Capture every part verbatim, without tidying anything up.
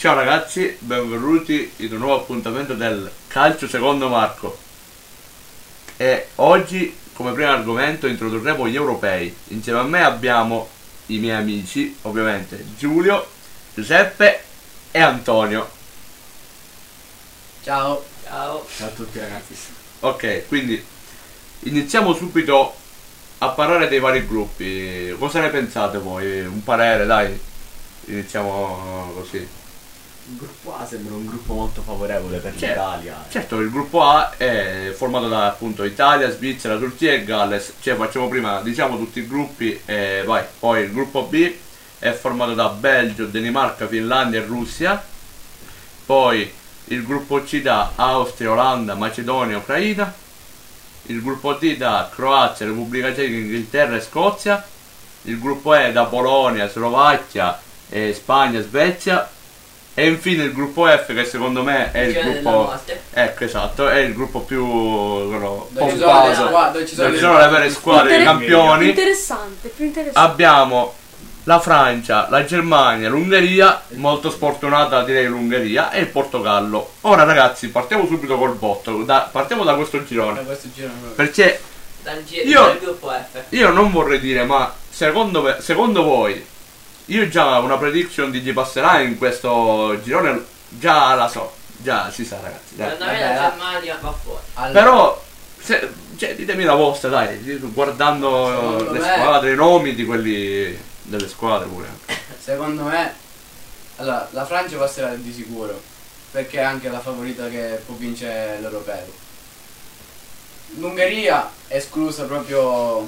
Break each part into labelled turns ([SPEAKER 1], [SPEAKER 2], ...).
[SPEAKER 1] Ciao ragazzi, benvenuti in un nuovo appuntamento del Calcio Secondo Marco. E oggi come primo argomento introdurremo gli europei. Insieme a me abbiamo i miei amici, ovviamente Giulio, Giuseppe e Antonio.
[SPEAKER 2] Ciao.
[SPEAKER 3] Ciao.
[SPEAKER 2] Ciao a tutti ragazzi.
[SPEAKER 1] Ok, quindi iniziamo subito a parlare dei vari gruppi. Cosa ne pensate voi? Un parere, dai. Iniziamo così.
[SPEAKER 2] Il gruppo A sembra un gruppo molto favorevole per
[SPEAKER 1] Certo.
[SPEAKER 2] l'Italia.
[SPEAKER 1] Certo, il gruppo A è formato da appunto Italia, Svizzera, Turchia e Galles. Cioè facciamo prima, diciamo tutti i gruppi e vai. Poi il gruppo B è formato da Belgio, Danimarca, Finlandia e Russia. Poi il gruppo C da Austria, Olanda, Macedonia, Ucraina. Il gruppo D da Croazia, Repubblica Ceca, Inghilterra e Scozia. Il gruppo E da Polonia, Slovacchia, e Spagna, Svezia. E infine il gruppo F, che secondo me è il
[SPEAKER 3] Girone della
[SPEAKER 1] gruppo,
[SPEAKER 3] morte.
[SPEAKER 1] ecco esatto, è il gruppo più quello,
[SPEAKER 2] Dove ci sono le
[SPEAKER 1] pompato,
[SPEAKER 2] squadre, dove ci sono
[SPEAKER 1] dove ci
[SPEAKER 2] le
[SPEAKER 1] sono le vere squadre, i
[SPEAKER 4] Inter-
[SPEAKER 1] campioni.
[SPEAKER 4] Interessante, più interessante.
[SPEAKER 1] Abbiamo la Francia, la Germania, l'Ungheria, molto sfortunata direi l'Ungheria, e il Portogallo. Ora ragazzi, partiamo subito col botto, da- partiamo da questo
[SPEAKER 2] Da
[SPEAKER 1] girone,
[SPEAKER 2] questo giro proprio.
[SPEAKER 1] perché
[SPEAKER 3] Dal, gi-
[SPEAKER 1] Io-
[SPEAKER 3] dal gruppo F.
[SPEAKER 1] io non vorrei dire, ma secondo me, secondo voi, io già una prediction di chi passerà in questo girone, già la so, già si sa ragazzi, dai.
[SPEAKER 3] Secondo me
[SPEAKER 2] Vabbè,
[SPEAKER 3] la
[SPEAKER 2] la-
[SPEAKER 3] Germania va fuori.
[SPEAKER 2] Allora,
[SPEAKER 1] Però, se, cioè, ditemi la vostra, dai, guardando
[SPEAKER 2] Secondo
[SPEAKER 1] le
[SPEAKER 2] me-
[SPEAKER 1] squadre, i nomi di quelli delle squadre pure.
[SPEAKER 2] secondo me, allora, la Francia passerà di sicuro, perché è anche la favorita che può vincere l'Europeo. L'Ungheria è esclusa proprio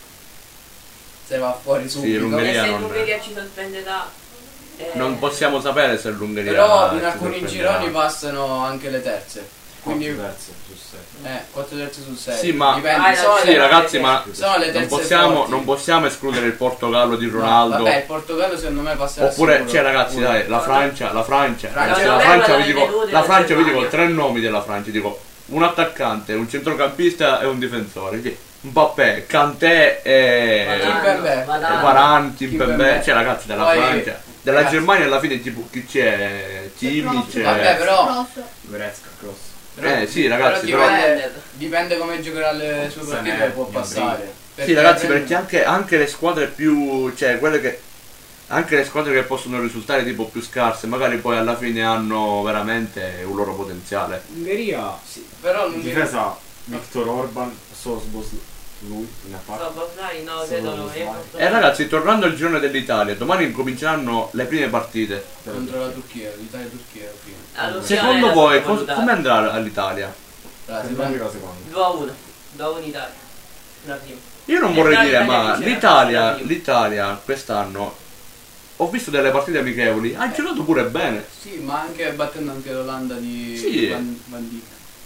[SPEAKER 2] se va fuori subito.
[SPEAKER 1] l'Ungheria-
[SPEAKER 3] E se
[SPEAKER 1] non-
[SPEAKER 3] l'Ungheria ci sorprenderà. eh,
[SPEAKER 1] Non possiamo sapere se l'Ungheria
[SPEAKER 2] Però in
[SPEAKER 1] ci
[SPEAKER 2] alcuni
[SPEAKER 1] sorprenderà.
[SPEAKER 2] gironi passano anche le terze. Quindi
[SPEAKER 5] terze su sei.
[SPEAKER 2] eh, quattro terze su sei.
[SPEAKER 1] Sì, ma-
[SPEAKER 2] Dipende,
[SPEAKER 3] Ah,
[SPEAKER 2] sono
[SPEAKER 1] Sì
[SPEAKER 2] le-
[SPEAKER 1] ragazzi, ma
[SPEAKER 2] sono le
[SPEAKER 1] non
[SPEAKER 2] terze
[SPEAKER 1] possiamo,
[SPEAKER 2] forti.
[SPEAKER 1] non possiamo escludere il Portogallo di
[SPEAKER 2] No,
[SPEAKER 1] Ronaldo.
[SPEAKER 2] vabbè, il Portogallo secondo me passerà
[SPEAKER 1] Oppure,
[SPEAKER 2] sicuro.
[SPEAKER 1] cioè ragazzi,
[SPEAKER 2] Uno.
[SPEAKER 1] dai, la Francia, la Francia,
[SPEAKER 2] Francia-
[SPEAKER 1] la
[SPEAKER 2] la
[SPEAKER 1] Francia, vi
[SPEAKER 3] Francia
[SPEAKER 1] dico,
[SPEAKER 3] delude
[SPEAKER 1] la
[SPEAKER 3] la
[SPEAKER 1] Francia vi dico
[SPEAKER 3] Germania.
[SPEAKER 1] tre nomi della Francia, dico un attaccante, un centrocampista e un difensore. Sì. Mbappé, Kanté e
[SPEAKER 2] Kimpembe.
[SPEAKER 3] Varane.
[SPEAKER 1] Varane, Kimpembe,
[SPEAKER 2] Kimpembe.
[SPEAKER 1] cioè ragazzi della
[SPEAKER 2] Poi-
[SPEAKER 1] Francia. Della
[SPEAKER 2] ragazzi.
[SPEAKER 1] Germania alla fine tipo chi c'è? Kimmich.
[SPEAKER 2] Vabbè, però,
[SPEAKER 5] Goretzka, Cross.
[SPEAKER 2] però-
[SPEAKER 1] Eh, sì, ragazzi,
[SPEAKER 2] però
[SPEAKER 1] però-
[SPEAKER 2] dipende, dipende come giocherà le sue
[SPEAKER 5] Se
[SPEAKER 2] partite
[SPEAKER 5] ne-
[SPEAKER 2] può
[SPEAKER 5] ne
[SPEAKER 2] passare.
[SPEAKER 1] Sì ragazzi, perché anche, anche le squadre più, cioè quelle che anche le squadre che possono risultare tipo più scarse, magari poi alla fine hanno veramente un loro potenziale.
[SPEAKER 5] Ungheria,
[SPEAKER 2] Sì, però
[SPEAKER 5] in
[SPEAKER 2] non
[SPEAKER 5] difesa Viktor Orban, Sosbos, lui in attacco.
[SPEAKER 3] Szoboszlai, no,
[SPEAKER 5] Solo
[SPEAKER 3] credo no.
[SPEAKER 5] Szoboszlai.
[SPEAKER 3] io-
[SPEAKER 1] E ragazzi, tornando al girone dell'Italia, domani incominceranno le prime partite.
[SPEAKER 2] contro la Turchia, l'Italia-Turchia prima.
[SPEAKER 3] La Turchia
[SPEAKER 1] Secondo
[SPEAKER 3] è
[SPEAKER 1] voi
[SPEAKER 3] da
[SPEAKER 1] cos-
[SPEAKER 3] sottovalutare.
[SPEAKER 1] come andrà all'Italia?
[SPEAKER 2] Allora,
[SPEAKER 5] Secondo me
[SPEAKER 2] secondo-
[SPEAKER 5] la seconda.
[SPEAKER 3] due a uno. due a uno Italia. La prima.
[SPEAKER 1] Io non
[SPEAKER 3] Eh,
[SPEAKER 1] vorrei
[SPEAKER 3] dai,
[SPEAKER 1] dire,
[SPEAKER 3] dai,
[SPEAKER 1] ma
[SPEAKER 3] dai,
[SPEAKER 1] l'Italia,
[SPEAKER 3] dai.
[SPEAKER 1] l'Italia quest'anno ho visto delle partite amichevoli, ha giocato pure bene.
[SPEAKER 2] Sì, ma anche battendo anche l'Olanda di
[SPEAKER 1] Sì.
[SPEAKER 2] Van, Van Dijk.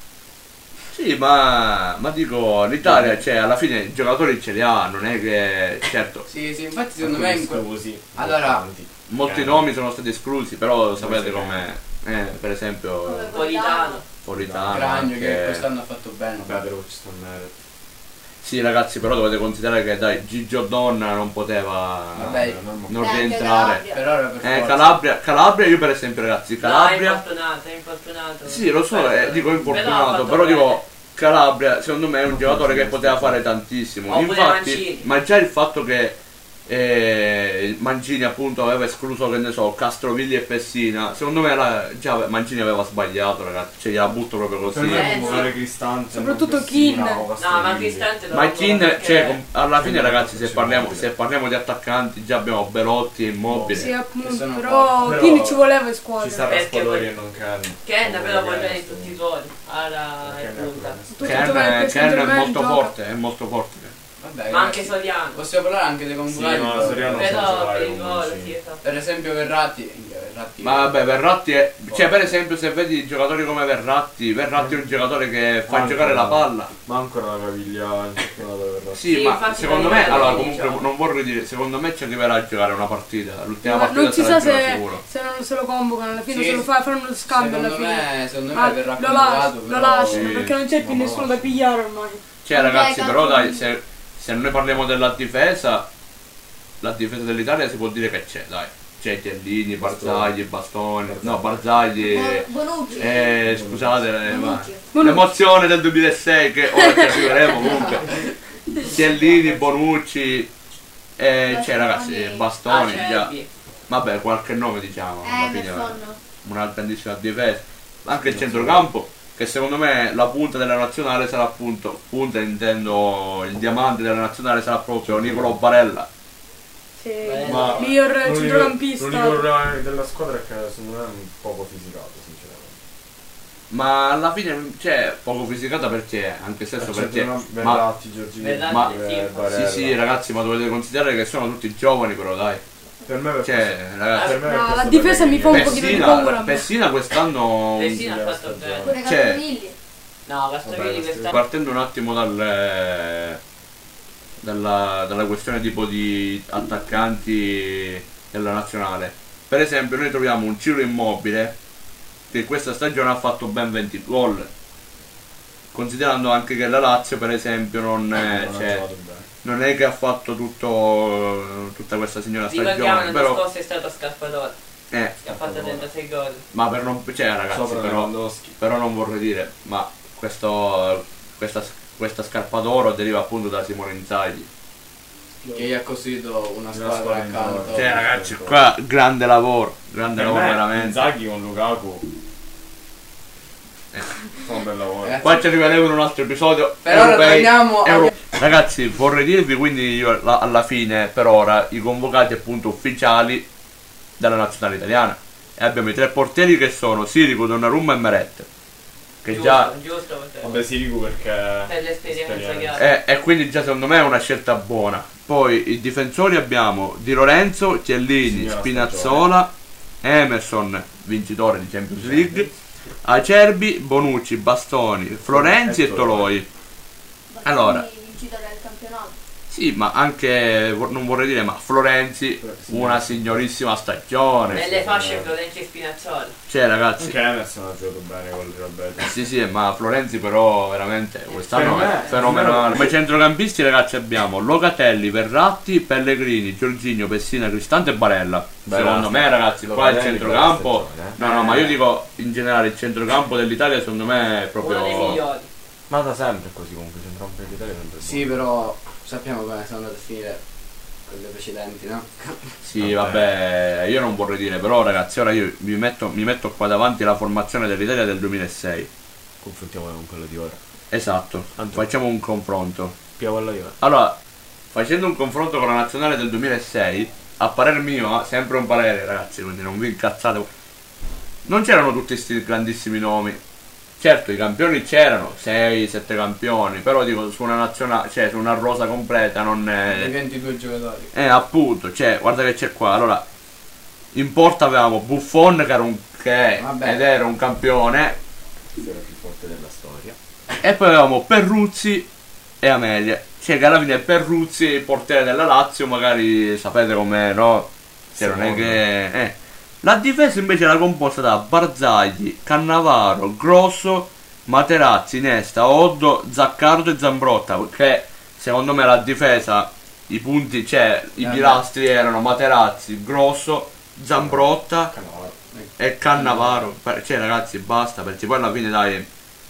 [SPEAKER 1] Sì, ma, ma dico, l'Italia, cioè, alla fine i giocatori ce li ha, non è che, certo,
[SPEAKER 2] Sì, sì, infatti secondo me in que-
[SPEAKER 5] così.
[SPEAKER 2] Allora,
[SPEAKER 1] molti
[SPEAKER 5] Eh.
[SPEAKER 1] nomi sono stati esclusi, però sapete
[SPEAKER 5] sì.
[SPEAKER 1] com'è, eh, per esempio,
[SPEAKER 3] Politano.
[SPEAKER 1] Politano,
[SPEAKER 2] Gragno che
[SPEAKER 1] anche-
[SPEAKER 2] quest'anno ha fatto bene.
[SPEAKER 5] Vabbè, però ci stanno Meret.
[SPEAKER 1] Sì ragazzi, però dovete considerare che dai, Gigio Donna non poteva
[SPEAKER 2] Vabbè,
[SPEAKER 1] non
[SPEAKER 4] Beh, anche
[SPEAKER 1] rientrare.
[SPEAKER 4] Calabria.
[SPEAKER 2] Per ora per
[SPEAKER 1] Eh,
[SPEAKER 2] forza.
[SPEAKER 1] Calabria, Calabria io per esempio ragazzi,
[SPEAKER 3] No, è
[SPEAKER 1] Calabria,
[SPEAKER 3] infortunato, è infortunato.
[SPEAKER 1] sì lo so, eh, dico
[SPEAKER 3] Però ha
[SPEAKER 1] infortunato,
[SPEAKER 3] fatto
[SPEAKER 1] però
[SPEAKER 3] bene.
[SPEAKER 1] dico Calabria secondo me è un giocatore che poteva fare tantissimo.
[SPEAKER 3] Oppure
[SPEAKER 1] Infatti,
[SPEAKER 3] Mancini.
[SPEAKER 1] ma già il fatto che eh, Mancini appunto aveva escluso, che ne so, Castrovilli e Pessina, secondo me la- già Mancini aveva sbagliato ragazzi, cioè gliela butto proprio
[SPEAKER 5] Per
[SPEAKER 1] così.
[SPEAKER 5] me
[SPEAKER 3] Eh,
[SPEAKER 5] convocare
[SPEAKER 3] sì.
[SPEAKER 5] Cristante.
[SPEAKER 4] Soprattutto
[SPEAKER 5] non Pessina
[SPEAKER 4] Keane.
[SPEAKER 5] o
[SPEAKER 3] No, ma
[SPEAKER 5] Castrovilli.
[SPEAKER 3] Cristante lo
[SPEAKER 1] Ma Kin,
[SPEAKER 3] perché-
[SPEAKER 1] cioè, com- alla fine
[SPEAKER 5] Cioè,
[SPEAKER 1] ragazzi, se
[SPEAKER 5] ci
[SPEAKER 1] parliamo,
[SPEAKER 5] vuole.
[SPEAKER 1] se parliamo di attaccanti, già abbiamo Belotti e Immobile.
[SPEAKER 4] Sì, appunto,
[SPEAKER 2] sono
[SPEAKER 4] però
[SPEAKER 5] forti.
[SPEAKER 4] quindi ci voleva in
[SPEAKER 5] Ci
[SPEAKER 4] squadra.
[SPEAKER 5] sta
[SPEAKER 3] Perché
[SPEAKER 5] Raspadori
[SPEAKER 3] poi-
[SPEAKER 5] e non Ken.
[SPEAKER 3] Ken
[SPEAKER 5] Non
[SPEAKER 3] però
[SPEAKER 5] voglio
[SPEAKER 3] può giocare
[SPEAKER 5] dire
[SPEAKER 3] in tutti i
[SPEAKER 5] sì.
[SPEAKER 3] ruoli. Alla è
[SPEAKER 5] Ken è
[SPEAKER 3] punta.
[SPEAKER 5] quello.
[SPEAKER 4] Tutto
[SPEAKER 1] Ken,
[SPEAKER 4] dove il
[SPEAKER 1] Ken è
[SPEAKER 4] Saint-Germain
[SPEAKER 1] molto
[SPEAKER 4] gioca.
[SPEAKER 1] forte, è molto forte.
[SPEAKER 2] Vabbè,
[SPEAKER 3] Ma anche
[SPEAKER 2] ragazzi,
[SPEAKER 3] Soriano.
[SPEAKER 2] possiamo parlare anche dei
[SPEAKER 5] Sì,
[SPEAKER 2] convocati.
[SPEAKER 5] ma
[SPEAKER 2] però.
[SPEAKER 5] Soriano non sa
[SPEAKER 3] Però
[SPEAKER 5] giocare
[SPEAKER 3] per il
[SPEAKER 5] con
[SPEAKER 3] gol,
[SPEAKER 5] Mancini.
[SPEAKER 3] sì, esatto.
[SPEAKER 2] Per esempio Verratti, eh, Verratti
[SPEAKER 1] Ma vabbè, Verratti è. Cioè, per esempio, se vedi giocatori come Verratti, Verratti è un giocatore che fa
[SPEAKER 5] Manco-
[SPEAKER 1] giocare la palla.
[SPEAKER 5] Ma ancora la caviglia in campionato Verratti.
[SPEAKER 1] Sì,
[SPEAKER 3] Sì,
[SPEAKER 1] ma
[SPEAKER 3] infatti
[SPEAKER 1] secondo
[SPEAKER 3] non
[SPEAKER 1] me,
[SPEAKER 3] è
[SPEAKER 1] allora
[SPEAKER 3] vero,
[SPEAKER 1] comunque
[SPEAKER 3] diciamo.
[SPEAKER 1] non vorrei dire, secondo me ci arriverà a giocare una partita. L'ultima
[SPEAKER 4] Ma
[SPEAKER 1] partita
[SPEAKER 4] non si
[SPEAKER 1] sarà
[SPEAKER 4] sa
[SPEAKER 1] gioca
[SPEAKER 4] se,
[SPEAKER 1] sicuro.
[SPEAKER 4] se non se lo convocano, alla fine
[SPEAKER 2] Sì,
[SPEAKER 4] se lo fa, fanno uno scambio alla
[SPEAKER 2] secondo
[SPEAKER 4] fine.
[SPEAKER 2] me, secondo me
[SPEAKER 4] Ah,
[SPEAKER 2] verrà
[SPEAKER 4] lo, lasci-
[SPEAKER 2] convocato,
[SPEAKER 4] lo
[SPEAKER 2] però-
[SPEAKER 4] lasciano
[SPEAKER 1] Sì.
[SPEAKER 4] perché non c'è più
[SPEAKER 5] Ma lo
[SPEAKER 4] nessuno da
[SPEAKER 5] lasciano.
[SPEAKER 4] pigliare ormai.
[SPEAKER 1] Cioè, ragazzi,
[SPEAKER 4] Vabbè,
[SPEAKER 1] però dai,
[SPEAKER 4] cazzo.
[SPEAKER 1] se, se noi parliamo della difesa, la difesa dell'Italia si può dire che c'è, dai. c'è Chiellini, Barzagli, Bastoni, no Barzagli,
[SPEAKER 6] Bonucci.
[SPEAKER 1] eh, scusate, eh, ma
[SPEAKER 6] Bonucci.
[SPEAKER 1] l'emozione del duemilasei che ora ci arriveremo comunque. Chiellini, Bonucci, eh, c'è ragazzi, Bastoni, già.
[SPEAKER 3] Acerbi.
[SPEAKER 1] Vabbè, qualche nome diciamo, alla fine
[SPEAKER 6] Emerson.
[SPEAKER 1] una grandissima difesa. Anche il centrocampo, che secondo me la punta della nazionale sarà appunto, punta intendo il diamante della nazionale sarà proprio Nicolo Barella.
[SPEAKER 4] Sì.
[SPEAKER 5] Ma
[SPEAKER 4] Miglior
[SPEAKER 5] l'unico-
[SPEAKER 4] centrocampista.
[SPEAKER 5] L'unico problema della squadra è che secondo me è un poco fisicato, sinceramente.
[SPEAKER 1] Ma alla fine, cioè, poco fisicata perché? Anche stesso perché. Ma,
[SPEAKER 5] Verratti, Giorgini,
[SPEAKER 3] Verratti,
[SPEAKER 1] ma-
[SPEAKER 3] sì.
[SPEAKER 5] eh, Barella.
[SPEAKER 1] sì, sì, ragazzi, ma dovete considerare che sono tutti giovani, però dai.
[SPEAKER 5] Per me per
[SPEAKER 1] Cioè, ragazzi,
[SPEAKER 5] per me per
[SPEAKER 4] No,
[SPEAKER 5] questo
[SPEAKER 4] la difesa mi fa un
[SPEAKER 5] Pellegrini.
[SPEAKER 4] pochino di
[SPEAKER 1] Pessina,
[SPEAKER 4] paura.
[SPEAKER 1] Pessina quest'anno.
[SPEAKER 3] Pessina ha fatto
[SPEAKER 5] stagione.
[SPEAKER 3] bene.
[SPEAKER 6] Pure
[SPEAKER 1] Cioè,
[SPEAKER 6] Castonilli.
[SPEAKER 3] No, Castrovilli
[SPEAKER 5] Vabbè,
[SPEAKER 3] quest'anno.
[SPEAKER 1] Partendo un attimo dal, dalla, dalla questione tipo di attaccanti della nazionale. Per esempio noi troviamo un Ciro Immobile che questa stagione ha fatto ben venti gol. Considerando anche che la Lazio per esempio non è,
[SPEAKER 5] Non ha
[SPEAKER 1] cioè,
[SPEAKER 5] giocato bene.
[SPEAKER 1] non è che ha fatto tutto, tutta questa signora
[SPEAKER 3] Ricordiamo
[SPEAKER 1] stagione,
[SPEAKER 3] l'anno
[SPEAKER 1] però
[SPEAKER 3] scorso è stato Scarpador,
[SPEAKER 1] eh,
[SPEAKER 3] che ha fatto trentasei gol.
[SPEAKER 1] ma per non, cioè ragazzi,
[SPEAKER 5] Sopra
[SPEAKER 1] però,
[SPEAKER 5] Lewandowski.
[SPEAKER 1] però non vorrei dire, ma questo, questa, questa scarpa d'oro deriva appunto da Simone Inzaghi.
[SPEAKER 2] Che gli ha costruito una
[SPEAKER 5] Una
[SPEAKER 2] squadra
[SPEAKER 5] squadra
[SPEAKER 2] accanto.
[SPEAKER 5] intorno.
[SPEAKER 1] Cioè ragazzi, qua grande lavoro, grande
[SPEAKER 5] Per
[SPEAKER 1] lavoro
[SPEAKER 5] me,
[SPEAKER 1] veramente.
[SPEAKER 5] Inzaghi con Lukaku fa un bel lavoro.
[SPEAKER 2] Ragazzi,
[SPEAKER 1] Qua ci arriveremo in un altro episodio.
[SPEAKER 2] Per ora
[SPEAKER 1] europei,
[SPEAKER 2] torniamo a-
[SPEAKER 1] euro- Ragazzi, vorrei dirvi quindi io la- alla fine, per ora, i convocati appunto ufficiali della nazionale italiana. E abbiamo i tre portieri che sono Sirigu, Donnarumma e Meret. Che
[SPEAKER 3] Giusto,
[SPEAKER 1] già
[SPEAKER 3] giusto perché
[SPEAKER 5] Vabbè, Sirigu perché
[SPEAKER 3] per l'esperienza
[SPEAKER 5] esperienza.
[SPEAKER 3] che ha.
[SPEAKER 1] E, e quindi già secondo me è una scelta buona. Poi i difensori abbiamo Di Lorenzo, Chiellini,
[SPEAKER 5] Signora
[SPEAKER 1] Spinazzola, Emerson, vincitore di Champions League, Acerbi, Bonucci, Bastoni, Florenzi e
[SPEAKER 5] E Toloi.
[SPEAKER 1] Toloi. Allora.
[SPEAKER 6] Vincitore del campionato.
[SPEAKER 1] Sì, ma anche, vor- non vorrei dire, ma Florenzi, una signorissima stagione.
[SPEAKER 3] Nelle fasce Florenzi e Spinazzola.
[SPEAKER 1] Cioè ragazzi,
[SPEAKER 5] anche Emerson ha giocato bene con il Real Betis.
[SPEAKER 1] sì sì, ma Florenzi però veramente quest'anno
[SPEAKER 5] Per me,
[SPEAKER 1] è fenomenale.
[SPEAKER 5] per
[SPEAKER 1] Come centrocampisti ragazzi abbiamo Locatelli, Verratti, Pellegrini, Giorginio, Pessina, Cristante e Barella.
[SPEAKER 5] Beh,
[SPEAKER 1] Secondo
[SPEAKER 5] basta.
[SPEAKER 1] me ragazzi, qua il
[SPEAKER 5] Locatelli
[SPEAKER 1] centrocampo,
[SPEAKER 5] bella stagione,
[SPEAKER 1] no
[SPEAKER 5] eh.
[SPEAKER 1] no, ma io dico in generale il centrocampo dell'Italia secondo me è
[SPEAKER 3] Uno dei
[SPEAKER 1] proprio...
[SPEAKER 3] migliori.
[SPEAKER 5] Ma da sempre così comunque, centrocampo dell'Italia è sempre
[SPEAKER 2] Sì, però sappiamo come sono andate a finire quelle precedenti, no?
[SPEAKER 1] Sì, vabbè, io non vorrei dire, però ragazzi, ora io mi metto, mi metto qua davanti la formazione dell'Italia del duemilasei.
[SPEAKER 5] confrontiamo con quello di ora.
[SPEAKER 1] Esatto,
[SPEAKER 5] Anto.
[SPEAKER 1] facciamo un confronto.
[SPEAKER 5] Piavola io.
[SPEAKER 1] Allora, facendo un confronto con la nazionale del duemilasei, a parer mio, eh, sempre un parere ragazzi, quindi non vi incazzate, non c'erano tutti questi grandissimi nomi. Certo, i campioni c'erano, sei sette campioni, però dico su una nazionale, cioè su una rosa completa non
[SPEAKER 2] I
[SPEAKER 1] è...
[SPEAKER 2] ventidue giocatori.
[SPEAKER 1] Eh, appunto, cioè, guarda che c'è qua. Allora, in porta avevamo Buffon che era un che è,
[SPEAKER 2] Vabbè.
[SPEAKER 1] ed era un campione,
[SPEAKER 5] Era più forte della storia.
[SPEAKER 1] e poi avevamo Perruzzi e Amelia. Cioè che alla fine Perruzzi, il portiere della Lazio, magari sapete com'è, no? Cioè non è
[SPEAKER 5] Secondo.
[SPEAKER 1] che... Eh. La difesa invece era composta da Barzagli, Cannavaro, Grosso, Materazzi, Nesta, Oddo, Zaccardo e Zambrotta. Che secondo me la difesa, i punti, cioè i
[SPEAKER 2] Eh,
[SPEAKER 1] pilastri erano Materazzi, Grosso, Zambrotta
[SPEAKER 5] Cannavaro.
[SPEAKER 1] e Cannavaro. Cioè ragazzi basta, perché poi alla fine dai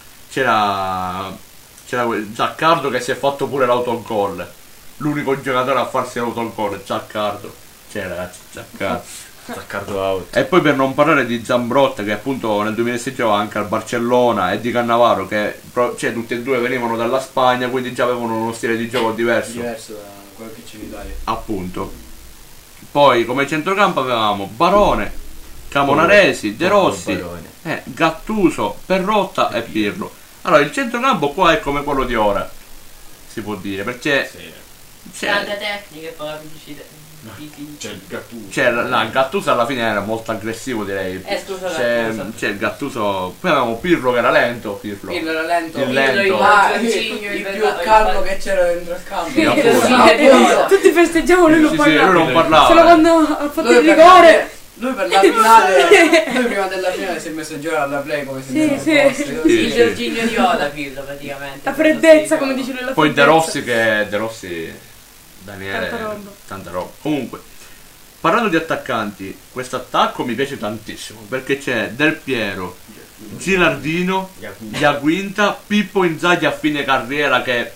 [SPEAKER 1] c'era c'era quel Zaccardo che si è fatto pure l'autogol. L'unico giocatore a farsi l'autogol è Zaccardo. Cioè ragazzi, Zaccardo.
[SPEAKER 5] Zaccardo out.
[SPEAKER 1] E poi per non parlare di Zambrotta che appunto nel duemilasei giocava anche al Barcellona, e di Cannavaro che pro- cioè tutti e due venivano dalla Spagna, quindi già avevano uno stile di gioco diverso.
[SPEAKER 2] Diverso da quello che c'è in Italia.
[SPEAKER 1] Appunto. Poi come centrocampo avevamo Barone, Camonaresi, De Rossi,
[SPEAKER 5] Barone.
[SPEAKER 1] eh, Gattuso, Perrotta e Pirlo. Allora il centrocampo qua è come quello di ora, si può dire, perché
[SPEAKER 5] Sì.
[SPEAKER 3] Tante
[SPEAKER 1] c'è,
[SPEAKER 3] tecniche e poi la fisicità. fisici.
[SPEAKER 5] C'è il Gattuso.
[SPEAKER 1] c'è la- il Gattuso alla fine era molto aggressivo direi.
[SPEAKER 3] Eh, scusa,
[SPEAKER 1] C'è,
[SPEAKER 3] Gattuso.
[SPEAKER 1] c'è il Gattuso, poi avevamo Pirlo che era lento, Pirlo.
[SPEAKER 2] Il era lento.
[SPEAKER 1] Il lento.
[SPEAKER 2] Ma
[SPEAKER 3] Il
[SPEAKER 2] il,
[SPEAKER 3] Giorginio, il
[SPEAKER 2] il più
[SPEAKER 3] Verratti,
[SPEAKER 2] calmo
[SPEAKER 3] il-
[SPEAKER 2] che c'era dentro il campo.
[SPEAKER 1] Sì,
[SPEAKER 3] Il
[SPEAKER 1] appunto.
[SPEAKER 3] Giorginio,
[SPEAKER 2] Appunto.
[SPEAKER 4] Tutti festeggiavano, lui
[SPEAKER 1] Sì,
[SPEAKER 4] non
[SPEAKER 1] sì, lui
[SPEAKER 4] parlava.
[SPEAKER 1] non parlava.
[SPEAKER 4] Solo quando ha fatto
[SPEAKER 2] Lui
[SPEAKER 4] il
[SPEAKER 2] per
[SPEAKER 4] rigore.
[SPEAKER 2] la- Lui per la finale, lui prima della finale si è messo a giocare alla play come se
[SPEAKER 4] Sì,
[SPEAKER 2] non
[SPEAKER 4] sì.
[SPEAKER 2] fosse.
[SPEAKER 1] Sì,
[SPEAKER 3] Il
[SPEAKER 1] sì.
[SPEAKER 3] Giorginio di Oda, Pirlo, praticamente.
[SPEAKER 4] La freddezza, come dice lui, la
[SPEAKER 1] Poi De
[SPEAKER 4] freddezza.
[SPEAKER 1] Rossi che De Rossi Daniele
[SPEAKER 4] Tanta roba.
[SPEAKER 1] tanta roba. Comunque parlando di attaccanti, questo attacco mi piace tantissimo perché c'è Del Piero, Gilardino, Iaquinta, Pippo Inzaghi a fine carriera che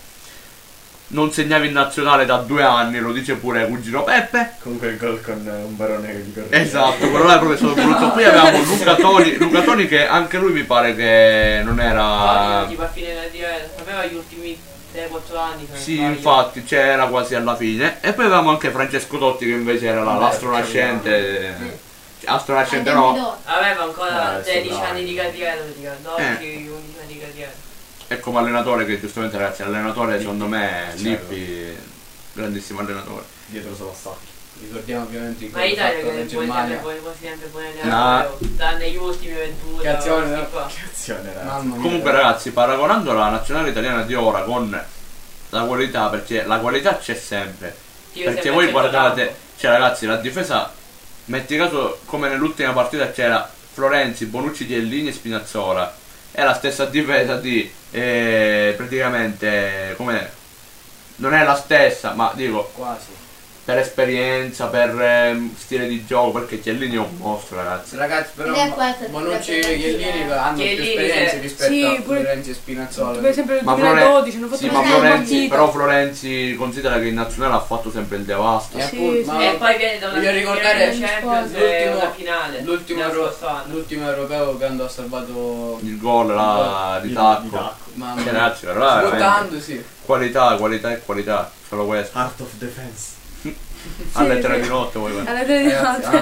[SPEAKER 1] non segnava in nazionale da due anni, lo dice pure cugino Peppe.
[SPEAKER 5] Comunque il gol con eh, un barone che gli corre.
[SPEAKER 1] Esatto, quello là è proprio stato brutto. Poi avevamo Luca Toni, Luca Toni che anche lui mi pare che non era...
[SPEAKER 3] Tipo a fine carriera, aveva gli ultimi tre quattro anni. se non
[SPEAKER 1] Sì,
[SPEAKER 3] sbaglio.
[SPEAKER 1] infatti, c'era quasi alla fine. E poi avevamo anche Francesco Totti che invece era la-
[SPEAKER 5] Vabbè,
[SPEAKER 1] l'astro nascente. Astro nascente
[SPEAKER 6] Anche
[SPEAKER 1] no.
[SPEAKER 6] Midori.
[SPEAKER 3] Aveva ancora
[SPEAKER 5] Eh,
[SPEAKER 3] tredici
[SPEAKER 5] sì, dai.
[SPEAKER 3] anni di carriera, praticamente, dodici
[SPEAKER 1] Eh.
[SPEAKER 3] undici anni di carriera.
[SPEAKER 1] E come allenatore che giustamente ragazzi, l'allenatore secondo me
[SPEAKER 5] Certo.
[SPEAKER 1] Lippi, grandissimo allenatore.
[SPEAKER 5] Dietro solo stacchi.
[SPEAKER 2] Ricordiamo ovviamente il
[SPEAKER 3] Ma
[SPEAKER 2] gol
[SPEAKER 3] l'Italia
[SPEAKER 2] fatto
[SPEAKER 3] che
[SPEAKER 2] dalla
[SPEAKER 3] puoi sempre,
[SPEAKER 2] Germania.
[SPEAKER 3] puoi, puoi sempre buoni
[SPEAKER 1] No.
[SPEAKER 3] allenatori, tranne gli ultimi Ventura.
[SPEAKER 2] Che azione,
[SPEAKER 3] questi
[SPEAKER 2] no?
[SPEAKER 3] qua.
[SPEAKER 5] Che azione era.
[SPEAKER 2] Mamma mia.
[SPEAKER 1] Comunque ragazzi, paragonando la nazionale italiana di ora con la qualità, perché la qualità c'è sempre.
[SPEAKER 3] Io
[SPEAKER 1] Perché
[SPEAKER 3] sempre
[SPEAKER 1] voi
[SPEAKER 3] al
[SPEAKER 1] guardate,
[SPEAKER 3] centrocampo.
[SPEAKER 1] cioè ragazzi, la difesa, metti caso come nell'ultima partita c'era Florenzi, Bonucci, Chiellini e Spinazzola. È la stessa difesa di eh, praticamente come non è la stessa, ma dico
[SPEAKER 2] Quasi.
[SPEAKER 1] per esperienza, per ehm, stile di gioco, perché Chiellini è un mostro, ragazzi.
[SPEAKER 2] Ragazzi, però
[SPEAKER 6] Ed è questa
[SPEAKER 2] Bonucci e
[SPEAKER 6] potrebbe
[SPEAKER 2] Chiellini
[SPEAKER 6] essere-
[SPEAKER 2] hanno più
[SPEAKER 3] Chiellini
[SPEAKER 2] esperienze
[SPEAKER 3] che-
[SPEAKER 2] rispetto
[SPEAKER 4] Sì,
[SPEAKER 2] a
[SPEAKER 4] pure-
[SPEAKER 2] Florenzi e Spinazzola.
[SPEAKER 4] Per esempio nel
[SPEAKER 1] Ma
[SPEAKER 4] duemiladodici hanno fatto
[SPEAKER 1] Sì,
[SPEAKER 4] una
[SPEAKER 1] ma
[SPEAKER 4] grande
[SPEAKER 1] Florenzi,
[SPEAKER 4] partita.
[SPEAKER 1] però Florenzi considera che in nazionale ha fatto sempre il devasto.
[SPEAKER 2] E
[SPEAKER 4] Sì,
[SPEAKER 2] appunto,
[SPEAKER 4] sì.
[SPEAKER 2] ma
[SPEAKER 3] E poi viene da una
[SPEAKER 2] voglio ricordare
[SPEAKER 3] viene da Champions e
[SPEAKER 2] l'ultimo-
[SPEAKER 3] una finale.
[SPEAKER 2] l'ultimo,
[SPEAKER 3] dello
[SPEAKER 2] euro-
[SPEAKER 3] scorso anno.
[SPEAKER 2] l'ultimo europeo che ha salvato
[SPEAKER 1] Il gol là di tacco.
[SPEAKER 2] mamma
[SPEAKER 1] Che
[SPEAKER 2] mia.
[SPEAKER 1] ragazzi, però veramente
[SPEAKER 2] Svuotando, sì.
[SPEAKER 1] qualità, qualità e qualità, solo questo.
[SPEAKER 5] Art of defense.
[SPEAKER 1] Alle
[SPEAKER 4] sì.
[SPEAKER 1] tre di notte vuoi vedere.
[SPEAKER 4] Alle tre di
[SPEAKER 2] Ragazzi,
[SPEAKER 4] notte.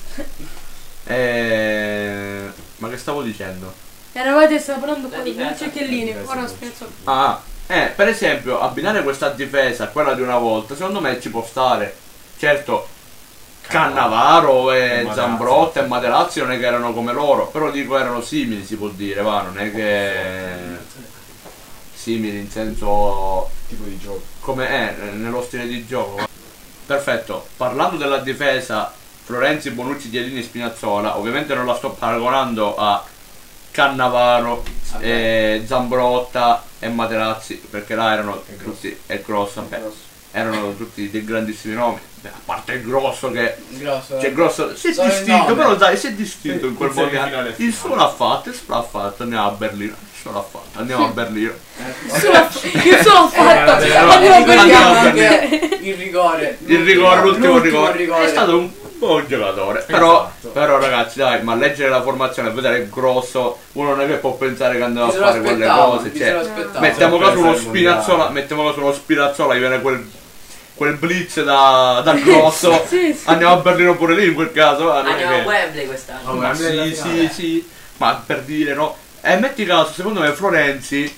[SPEAKER 2] ah,
[SPEAKER 1] Eh, ma che stavo dicendo?
[SPEAKER 4] Eravate stava parlando
[SPEAKER 3] La
[SPEAKER 4] con
[SPEAKER 3] difesa.
[SPEAKER 4] Bonucci e Chiellini.
[SPEAKER 5] La difesa,
[SPEAKER 4] Ora
[SPEAKER 5] Bonucci.
[SPEAKER 4] spezzo.
[SPEAKER 1] Ah, eh, per esempio, abbinare questa difesa a quella di una volta, secondo me ci può stare. Certo, Cannavaro e
[SPEAKER 5] Materazzi.
[SPEAKER 1] Zambrotta e Materazzi non è che erano come loro, però dico erano simili, si può dire, va, non è che simili in senso
[SPEAKER 5] Tipo di gioco.
[SPEAKER 1] come è nello stile di gioco. Perfetto, parlando della difesa, Florenzi, Bonucci, Chiellini e Spinazzola, ovviamente non la sto paragonando a Cannavaro, eh, Zambrotta e Materazzi, perché là erano
[SPEAKER 5] E Grosso.
[SPEAKER 1] tutti, e Grosso, vabbè, erano tutti dei grandissimi nomi, Beh, a parte il Grosso che
[SPEAKER 2] grosso.
[SPEAKER 1] c'è Grosso, si è
[SPEAKER 2] Solo il
[SPEAKER 1] distinto,
[SPEAKER 2] nome.
[SPEAKER 1] però dai, si è distinto in quel
[SPEAKER 5] In semifinale
[SPEAKER 1] mondiale,
[SPEAKER 5] e
[SPEAKER 1] il
[SPEAKER 5] finale.
[SPEAKER 1] suo l'ha fatto, il suo l'ha fatto, andiamo a Berlino, il suo l'ha fatto, andiamo a Berlino.
[SPEAKER 2] Eh,
[SPEAKER 4] Io sono fatta.
[SPEAKER 2] Eh,
[SPEAKER 1] no,
[SPEAKER 4] Andiamo a
[SPEAKER 1] no,
[SPEAKER 2] ricordiamo
[SPEAKER 1] no,
[SPEAKER 4] vedere.
[SPEAKER 2] anche il rigore.
[SPEAKER 1] Il rigore, l'ultimo
[SPEAKER 2] l'ultimo
[SPEAKER 1] rigore. È stato un buon giocatore. Però, però ragazzi, dai, ma leggere la formazione e vedere il Grosso, uno non è che può pensare che andava a
[SPEAKER 2] Chi se lo
[SPEAKER 1] fare quelle
[SPEAKER 2] aspettava,
[SPEAKER 1] cose.
[SPEAKER 2] chi
[SPEAKER 1] Cioè,
[SPEAKER 2] se lo aspettava.
[SPEAKER 1] mettiamo caso uno
[SPEAKER 5] Pensa al mondiale.
[SPEAKER 1] spinazzola, mettiamo caso uno spinazzola, gli viene quel, quel blitz da, dal Grosso.
[SPEAKER 4] Sì, sì.
[SPEAKER 1] Andiamo a Berlino pure lì in quel caso. ma non è
[SPEAKER 3] Andiamo a
[SPEAKER 1] che-
[SPEAKER 3] Wembley quest'anno.
[SPEAKER 5] Oh,
[SPEAKER 1] ma
[SPEAKER 5] Wembley è la
[SPEAKER 1] sì,
[SPEAKER 5] finale.
[SPEAKER 1] sì, sì. Ma per dire no. E metti caso, secondo me Florenzi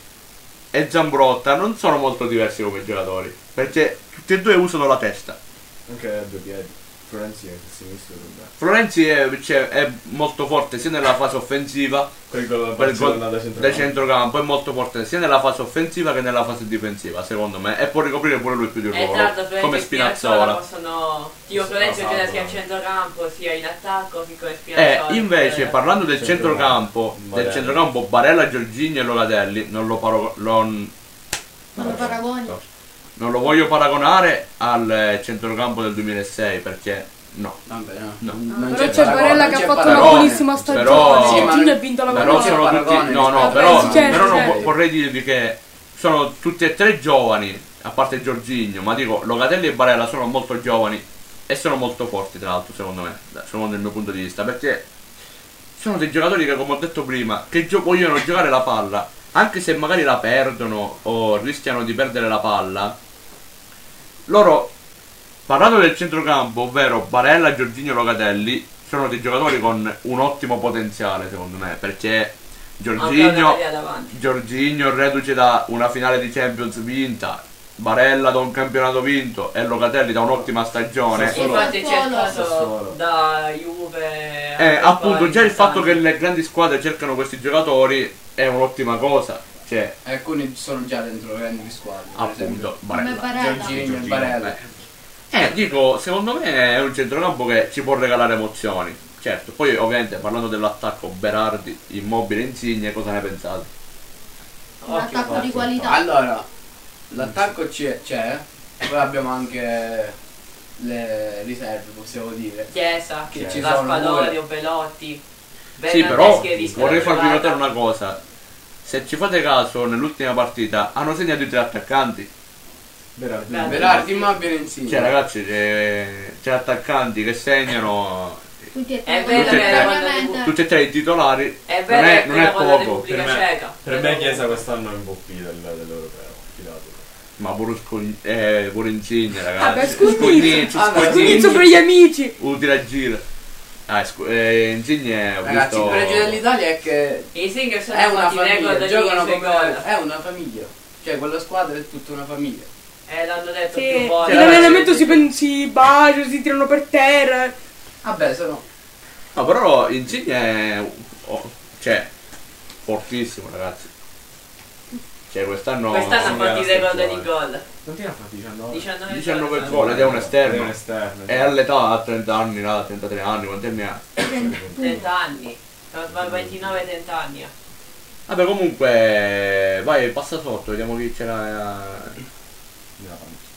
[SPEAKER 1] e Zambrotta non sono molto diversi come giocatori. Perché tutti e due usano la testa.
[SPEAKER 5] Anche a due piedi. Florenzi è il sinistro. vabbè.
[SPEAKER 1] Florenzi è, cioè, è molto forte sia nella fase offensiva,
[SPEAKER 5] Quel gol da
[SPEAKER 1] quel gol
[SPEAKER 5] Barcellona da
[SPEAKER 1] da
[SPEAKER 5] centrocampo.
[SPEAKER 1] centrocampo è molto forte sia nella fase offensiva che nella fase difensiva, secondo me, e può ricoprire pure lui più di un
[SPEAKER 3] E tra
[SPEAKER 1] ruolo,
[SPEAKER 3] l'altro Florenzi
[SPEAKER 1] come
[SPEAKER 3] e Spinazzola
[SPEAKER 1] Spinazzola.
[SPEAKER 3] possono. Io
[SPEAKER 5] Sì,
[SPEAKER 3] Florenzi
[SPEAKER 5] esatto.
[SPEAKER 3] gioca sia a centrocampo sia in attacco che come
[SPEAKER 1] E
[SPEAKER 3] Spinazzola.
[SPEAKER 1] invece,
[SPEAKER 3] Eh,
[SPEAKER 1] parlando del
[SPEAKER 5] Centrocampo.
[SPEAKER 1] centrocampo, del
[SPEAKER 5] Barella.
[SPEAKER 1] centrocampo Barella, Giorginio e Locatelli, non lo, paro- lo-
[SPEAKER 6] Non lo paragoni.
[SPEAKER 1] non lo voglio paragonare al eh, centrocampo del duemilasei perché no.
[SPEAKER 2] Vabbè, no.
[SPEAKER 1] No.
[SPEAKER 2] Non
[SPEAKER 4] Però c'è
[SPEAKER 2] paragone,
[SPEAKER 4] Barella
[SPEAKER 2] non
[SPEAKER 4] che ha
[SPEAKER 2] c'è
[SPEAKER 4] fatto una
[SPEAKER 2] paragone.
[SPEAKER 4] buonissima stagione.
[SPEAKER 1] Però-
[SPEAKER 4] Sì,
[SPEAKER 2] ma-
[SPEAKER 4] Giorginio ha vinto la
[SPEAKER 1] Però
[SPEAKER 2] non c'è
[SPEAKER 1] sono
[SPEAKER 2] paragone,
[SPEAKER 1] tutti. No, no,
[SPEAKER 2] rispetto-
[SPEAKER 1] però,
[SPEAKER 4] Sì, certo,
[SPEAKER 1] però non
[SPEAKER 4] certo.
[SPEAKER 1] vo- vorrei dirvi che sono tutti e tre giovani, a parte Giorginio, ma dico Locatelli e Barella sono molto giovani e sono molto forti, tra l'altro, secondo me, da- secondo il mio punto di vista, perché sono dei giocatori che, come ho detto prima, che gio- vogliono giocare la palla, anche se magari la perdono o rischiano di perdere la palla. Loro, parlando del centrocampo, ovvero Barella, Giorginio e Locatelli, sono dei giocatori con un ottimo potenziale, secondo me, perché Giorginio,
[SPEAKER 3] Locatelli davanti.
[SPEAKER 1] Giorginio reduce da una finale di Champions vinta, Barella da un campionato vinto e Locatelli da un'ottima stagione.
[SPEAKER 5] Sassuolo.
[SPEAKER 3] Infatti c'è
[SPEAKER 6] Sassuolo.
[SPEAKER 3] stato
[SPEAKER 5] Sassuolo.
[SPEAKER 3] da Juve.
[SPEAKER 1] Eh,
[SPEAKER 3] anche
[SPEAKER 1] appunto,
[SPEAKER 3] poi
[SPEAKER 1] già il fatto che
[SPEAKER 3] quest'anno.
[SPEAKER 1] le grandi squadre cercano questi giocatori è un'ottima cosa. Cioè,
[SPEAKER 2] E alcuni sono già dentro le grandi squadre. per esempio.
[SPEAKER 1] appunto,
[SPEAKER 6] Come
[SPEAKER 1] Barella.
[SPEAKER 6] Barella.
[SPEAKER 2] Giorginio e
[SPEAKER 5] Giorginio.
[SPEAKER 2] Barella.
[SPEAKER 1] Eh, dico, secondo me è un centrocampo che ci può regalare emozioni. Certo, poi ovviamente parlando dell'attacco Berardi, Immobile, Insigne, cosa ne pensate?
[SPEAKER 6] Un
[SPEAKER 3] Ottimo,
[SPEAKER 6] attacco di
[SPEAKER 3] ottimo.
[SPEAKER 6] qualità.
[SPEAKER 2] Allora, l'attacco c'è, c'è, poi abbiamo anche le riserve, possiamo dire.
[SPEAKER 3] Chiesa,
[SPEAKER 2] Che ci
[SPEAKER 3] Raspadori o Belotti.
[SPEAKER 1] Sì, però
[SPEAKER 3] Bernardeschi rischiano
[SPEAKER 1] vorrei
[SPEAKER 3] di
[SPEAKER 1] farvi
[SPEAKER 3] trovare-
[SPEAKER 1] notare una cosa. Se ci fate caso, nell'ultima partita hanno segnato i tre attaccanti.
[SPEAKER 5] Berardi.
[SPEAKER 3] Beh,
[SPEAKER 2] Berardi, Immobile e Insigne.
[SPEAKER 1] Cioè ragazzi, c'è, c'è attaccanti che segnano
[SPEAKER 6] Tutti e
[SPEAKER 3] È
[SPEAKER 6] tre.
[SPEAKER 3] vero
[SPEAKER 1] che era
[SPEAKER 6] Veramente.
[SPEAKER 1] tutti e tre i titolari.
[SPEAKER 3] È
[SPEAKER 1] Non
[SPEAKER 3] vero
[SPEAKER 1] è,
[SPEAKER 3] che
[SPEAKER 1] non è
[SPEAKER 3] quella con la
[SPEAKER 1] poco.
[SPEAKER 3] Repubblica
[SPEAKER 5] Per me-
[SPEAKER 3] Ceca.
[SPEAKER 5] Per me Chiesa quest'anno è un po' più del, dell'europeo. Fidato.
[SPEAKER 1] Ma pure, Scogn- eh, pure Insigne,
[SPEAKER 4] Vabbè,
[SPEAKER 1] ragazzi.
[SPEAKER 4] Scognizzo.
[SPEAKER 1] Scognizzo,
[SPEAKER 2] Vabbè,
[SPEAKER 1] Scognizzo.
[SPEAKER 4] Inizio per gli amici.
[SPEAKER 1] Utile a gira. Ah, scu- eh, Insigne ho
[SPEAKER 2] Ragazzi,
[SPEAKER 1] visto...
[SPEAKER 2] il pregio dell'Italia è che
[SPEAKER 3] I Singer sono
[SPEAKER 2] è una
[SPEAKER 3] fatti record
[SPEAKER 2] famiglia,
[SPEAKER 3] di
[SPEAKER 2] giocano
[SPEAKER 3] suoi
[SPEAKER 2] come...
[SPEAKER 3] gol.
[SPEAKER 2] è una famiglia. Cioè, quella squadra è tutta una famiglia.
[SPEAKER 3] Eh, l'hanno detto
[SPEAKER 4] Sì,
[SPEAKER 3] più volte.
[SPEAKER 4] in allenamento si, pen- si baciano, si tirano per terra.
[SPEAKER 2] Vabbè, sono...
[SPEAKER 1] No, però Insigne è... oh, cioè, fortissimo, ragazzi. Cioè, quest'anno...
[SPEAKER 3] Quest'anno ha fatto i record
[SPEAKER 5] stagione.
[SPEAKER 3] di gol.
[SPEAKER 5] Quanti ne ha fatti? diciannove?
[SPEAKER 3] diciannove,
[SPEAKER 1] diciannove
[SPEAKER 3] gol.
[SPEAKER 1] gol ed è un
[SPEAKER 5] È un
[SPEAKER 1] esterno.
[SPEAKER 5] esterno.
[SPEAKER 1] È all'età, a trenta anni, là, trentatré anni, quanti anni ha?
[SPEAKER 3] trenta anni. ventinove trenta anni. ha.
[SPEAKER 1] Vabbè, comunque, vai, passa sotto, vediamo chi c'era.
[SPEAKER 5] Nella panchina.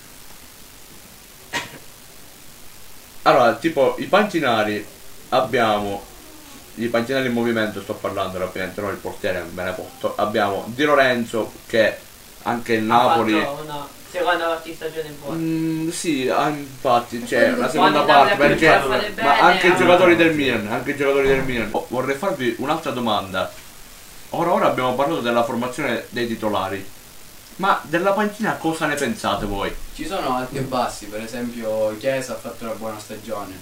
[SPEAKER 1] Allora, tipo, i pancinari abbiamo, i pancinari in movimento sto parlando, ovviamente, no, il portiere me ne porto. Abbiamo Di Lorenzo, che anche il Napoli...
[SPEAKER 3] Ha fatto una seconda partita di stagione buona.
[SPEAKER 1] Mm, sì, ah, infatti c'è una
[SPEAKER 6] Quando
[SPEAKER 1] seconda
[SPEAKER 3] andate
[SPEAKER 1] parte
[SPEAKER 3] a
[SPEAKER 1] perché
[SPEAKER 3] cominciare a fare
[SPEAKER 1] ma
[SPEAKER 3] bene,
[SPEAKER 1] anche i
[SPEAKER 3] ah.
[SPEAKER 1] giocatori del Milan, anche i giocatori del Milan. Oh, vorrei farvi un'altra domanda. Ora ora abbiamo parlato della formazione dei titolari. Ma della panchina cosa ne pensate voi?
[SPEAKER 2] Ci sono alti e bassi, per esempio Chiesa ha fatto una buona stagione.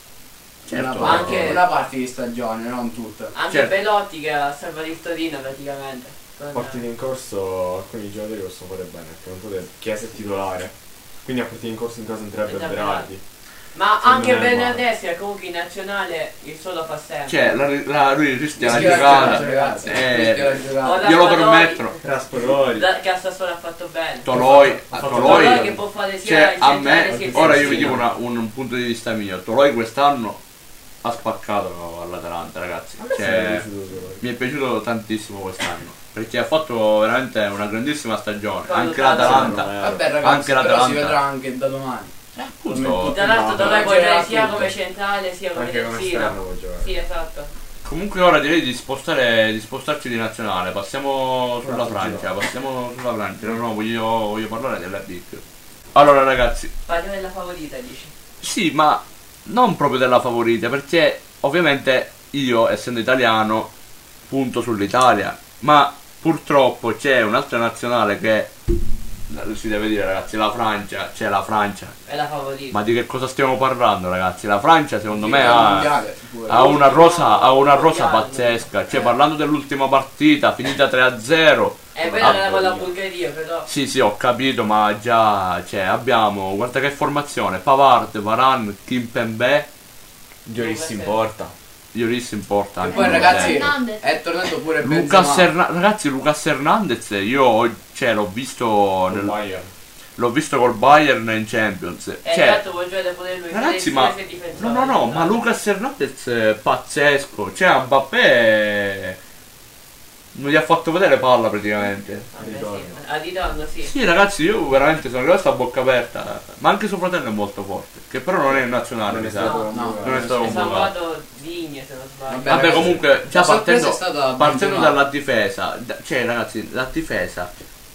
[SPEAKER 1] Certo,
[SPEAKER 2] una, parte,
[SPEAKER 3] anche-
[SPEAKER 2] una parte di stagione, non tutta.
[SPEAKER 3] Anche
[SPEAKER 1] certo.
[SPEAKER 3] Belotti che ha salvato il Torino praticamente. Con-
[SPEAKER 5] Partite in corso, alcuni giocatori possono fare bene, perché non potete, Chiesa è titolare. Quindi a partire in corso in caso entrerebbe
[SPEAKER 3] Entra
[SPEAKER 5] Berardi.
[SPEAKER 3] Ma
[SPEAKER 5] Secondo
[SPEAKER 3] anche
[SPEAKER 5] me è
[SPEAKER 3] Bernardeschi che comunque in nazionale il solo fa sempre.
[SPEAKER 1] Cioè, la, la- lui rischia la
[SPEAKER 2] Rischia la
[SPEAKER 1] giocata.
[SPEAKER 2] ragazzi,
[SPEAKER 1] eh,
[SPEAKER 2] rischia la giocata.
[SPEAKER 3] Ora-
[SPEAKER 1] glielo
[SPEAKER 3] Raspadori.
[SPEAKER 1] permettono.
[SPEAKER 5] Raspadori.
[SPEAKER 3] Da- che a Sassuolo ha fatto bene.
[SPEAKER 1] Toloi,
[SPEAKER 5] Ha fatto
[SPEAKER 1] Toloi,
[SPEAKER 3] Toloi che può fare sia
[SPEAKER 1] cioè,
[SPEAKER 3] il
[SPEAKER 1] a
[SPEAKER 3] centrale
[SPEAKER 1] me,
[SPEAKER 3] sia il
[SPEAKER 1] ora io vi
[SPEAKER 3] terzino.
[SPEAKER 1] dico una- un, un punto di vista mio. Toloi quest'anno ha spaccato all'Atalanta, ragazzi. Cioè, mi è piaciuto tantissimo quest'anno. Perché ha fatto veramente una grandissima stagione.
[SPEAKER 3] Quando
[SPEAKER 1] Anche
[SPEAKER 3] tanto-
[SPEAKER 1] l'Atalanta.
[SPEAKER 2] Vabbè ragazzi,
[SPEAKER 1] Anche
[SPEAKER 2] però
[SPEAKER 1] l'Atalanta.
[SPEAKER 2] si vedrà anche da domani.
[SPEAKER 1] Appunto.
[SPEAKER 3] Tra l'altro
[SPEAKER 5] No,
[SPEAKER 3] dovrai
[SPEAKER 2] giocherà
[SPEAKER 3] giocare sia
[SPEAKER 2] tutto.
[SPEAKER 3] come centrale sia come
[SPEAKER 5] Anche come
[SPEAKER 3] terzino.
[SPEAKER 5] esterno può giocare.
[SPEAKER 3] Sì, esatto.
[SPEAKER 1] Comunque ora direi di spostare di spostarci di nazionale. Passiamo sulla Francia. Passiamo sulla Francia. No, no, voglio, voglio parlare della Big. Allora ragazzi,
[SPEAKER 3] Parliamo della favorita, dici.
[SPEAKER 1] sì, ma non proprio della favorita, perché ovviamente io, essendo italiano, punto sull'Italia, ma purtroppo c'è un'altra nazionale che si deve dire, ragazzi, la Francia, c'è la Francia.
[SPEAKER 3] È la favorita.
[SPEAKER 1] Ma di che cosa stiamo parlando, ragazzi? La Francia secondo me
[SPEAKER 2] Finita
[SPEAKER 1] ha,
[SPEAKER 2] mondiale, pure.
[SPEAKER 1] ha una rosa, ha una rosa
[SPEAKER 3] Mondiale.
[SPEAKER 1] pazzesca. Cioè, parlando dell'ultima partita, finita tre a zero.
[SPEAKER 3] È vero
[SPEAKER 1] Ah,
[SPEAKER 3] che era con la Bulgaria, però.
[SPEAKER 1] Sì, sì, ho capito, ma già, cioè, abbiamo, guarda che formazione, Pavard, Varane, Kimpembe,
[SPEAKER 5] Dionis in porta.
[SPEAKER 1] Lloris in porta.
[SPEAKER 2] E
[SPEAKER 1] anche
[SPEAKER 2] poi
[SPEAKER 1] per
[SPEAKER 2] ragazzi
[SPEAKER 1] dentro.
[SPEAKER 6] Fernandez.
[SPEAKER 2] è tornato pure
[SPEAKER 1] Lucas
[SPEAKER 2] Benzema.
[SPEAKER 1] Herna- ragazzi, Lucas Hernandez, io cioè, l'ho visto
[SPEAKER 5] Col
[SPEAKER 1] nel-
[SPEAKER 5] Bayern.
[SPEAKER 1] l'ho visto col Bayern in Champions.
[SPEAKER 3] E
[SPEAKER 1] Cioè,
[SPEAKER 3] tanto può giocare pure lui.
[SPEAKER 1] ragazzi,
[SPEAKER 3] sia
[SPEAKER 1] ma
[SPEAKER 3] difesa che difensore.
[SPEAKER 1] no, no, no, ma Lucas Hernandez è pazzesco. Cioè, Mbappé non gli ha fatto vedere palla praticamente.
[SPEAKER 3] Vabbè,
[SPEAKER 5] Ritorno.
[SPEAKER 3] sì. A ritorno, sì.
[SPEAKER 1] Sì, ragazzi, io veramente sono rimasto a bocca aperta. Ma anche suo fratello è molto forte. Che però non è in nazionale,
[SPEAKER 5] Non è
[SPEAKER 1] mi sa.
[SPEAKER 5] stato
[SPEAKER 2] No,
[SPEAKER 5] convocato.
[SPEAKER 1] non è stato
[SPEAKER 3] È
[SPEAKER 1] convocato.
[SPEAKER 3] salvato Digne, se non sbaglio.
[SPEAKER 2] Vabbè,
[SPEAKER 1] Vabbè,
[SPEAKER 2] ragazzi,
[SPEAKER 1] comunque, già
[SPEAKER 2] la sorpresa
[SPEAKER 1] partendo,
[SPEAKER 2] è stata
[SPEAKER 1] partendo
[SPEAKER 2] Benzema.
[SPEAKER 1] dalla difesa, da- cioè ragazzi, la difesa,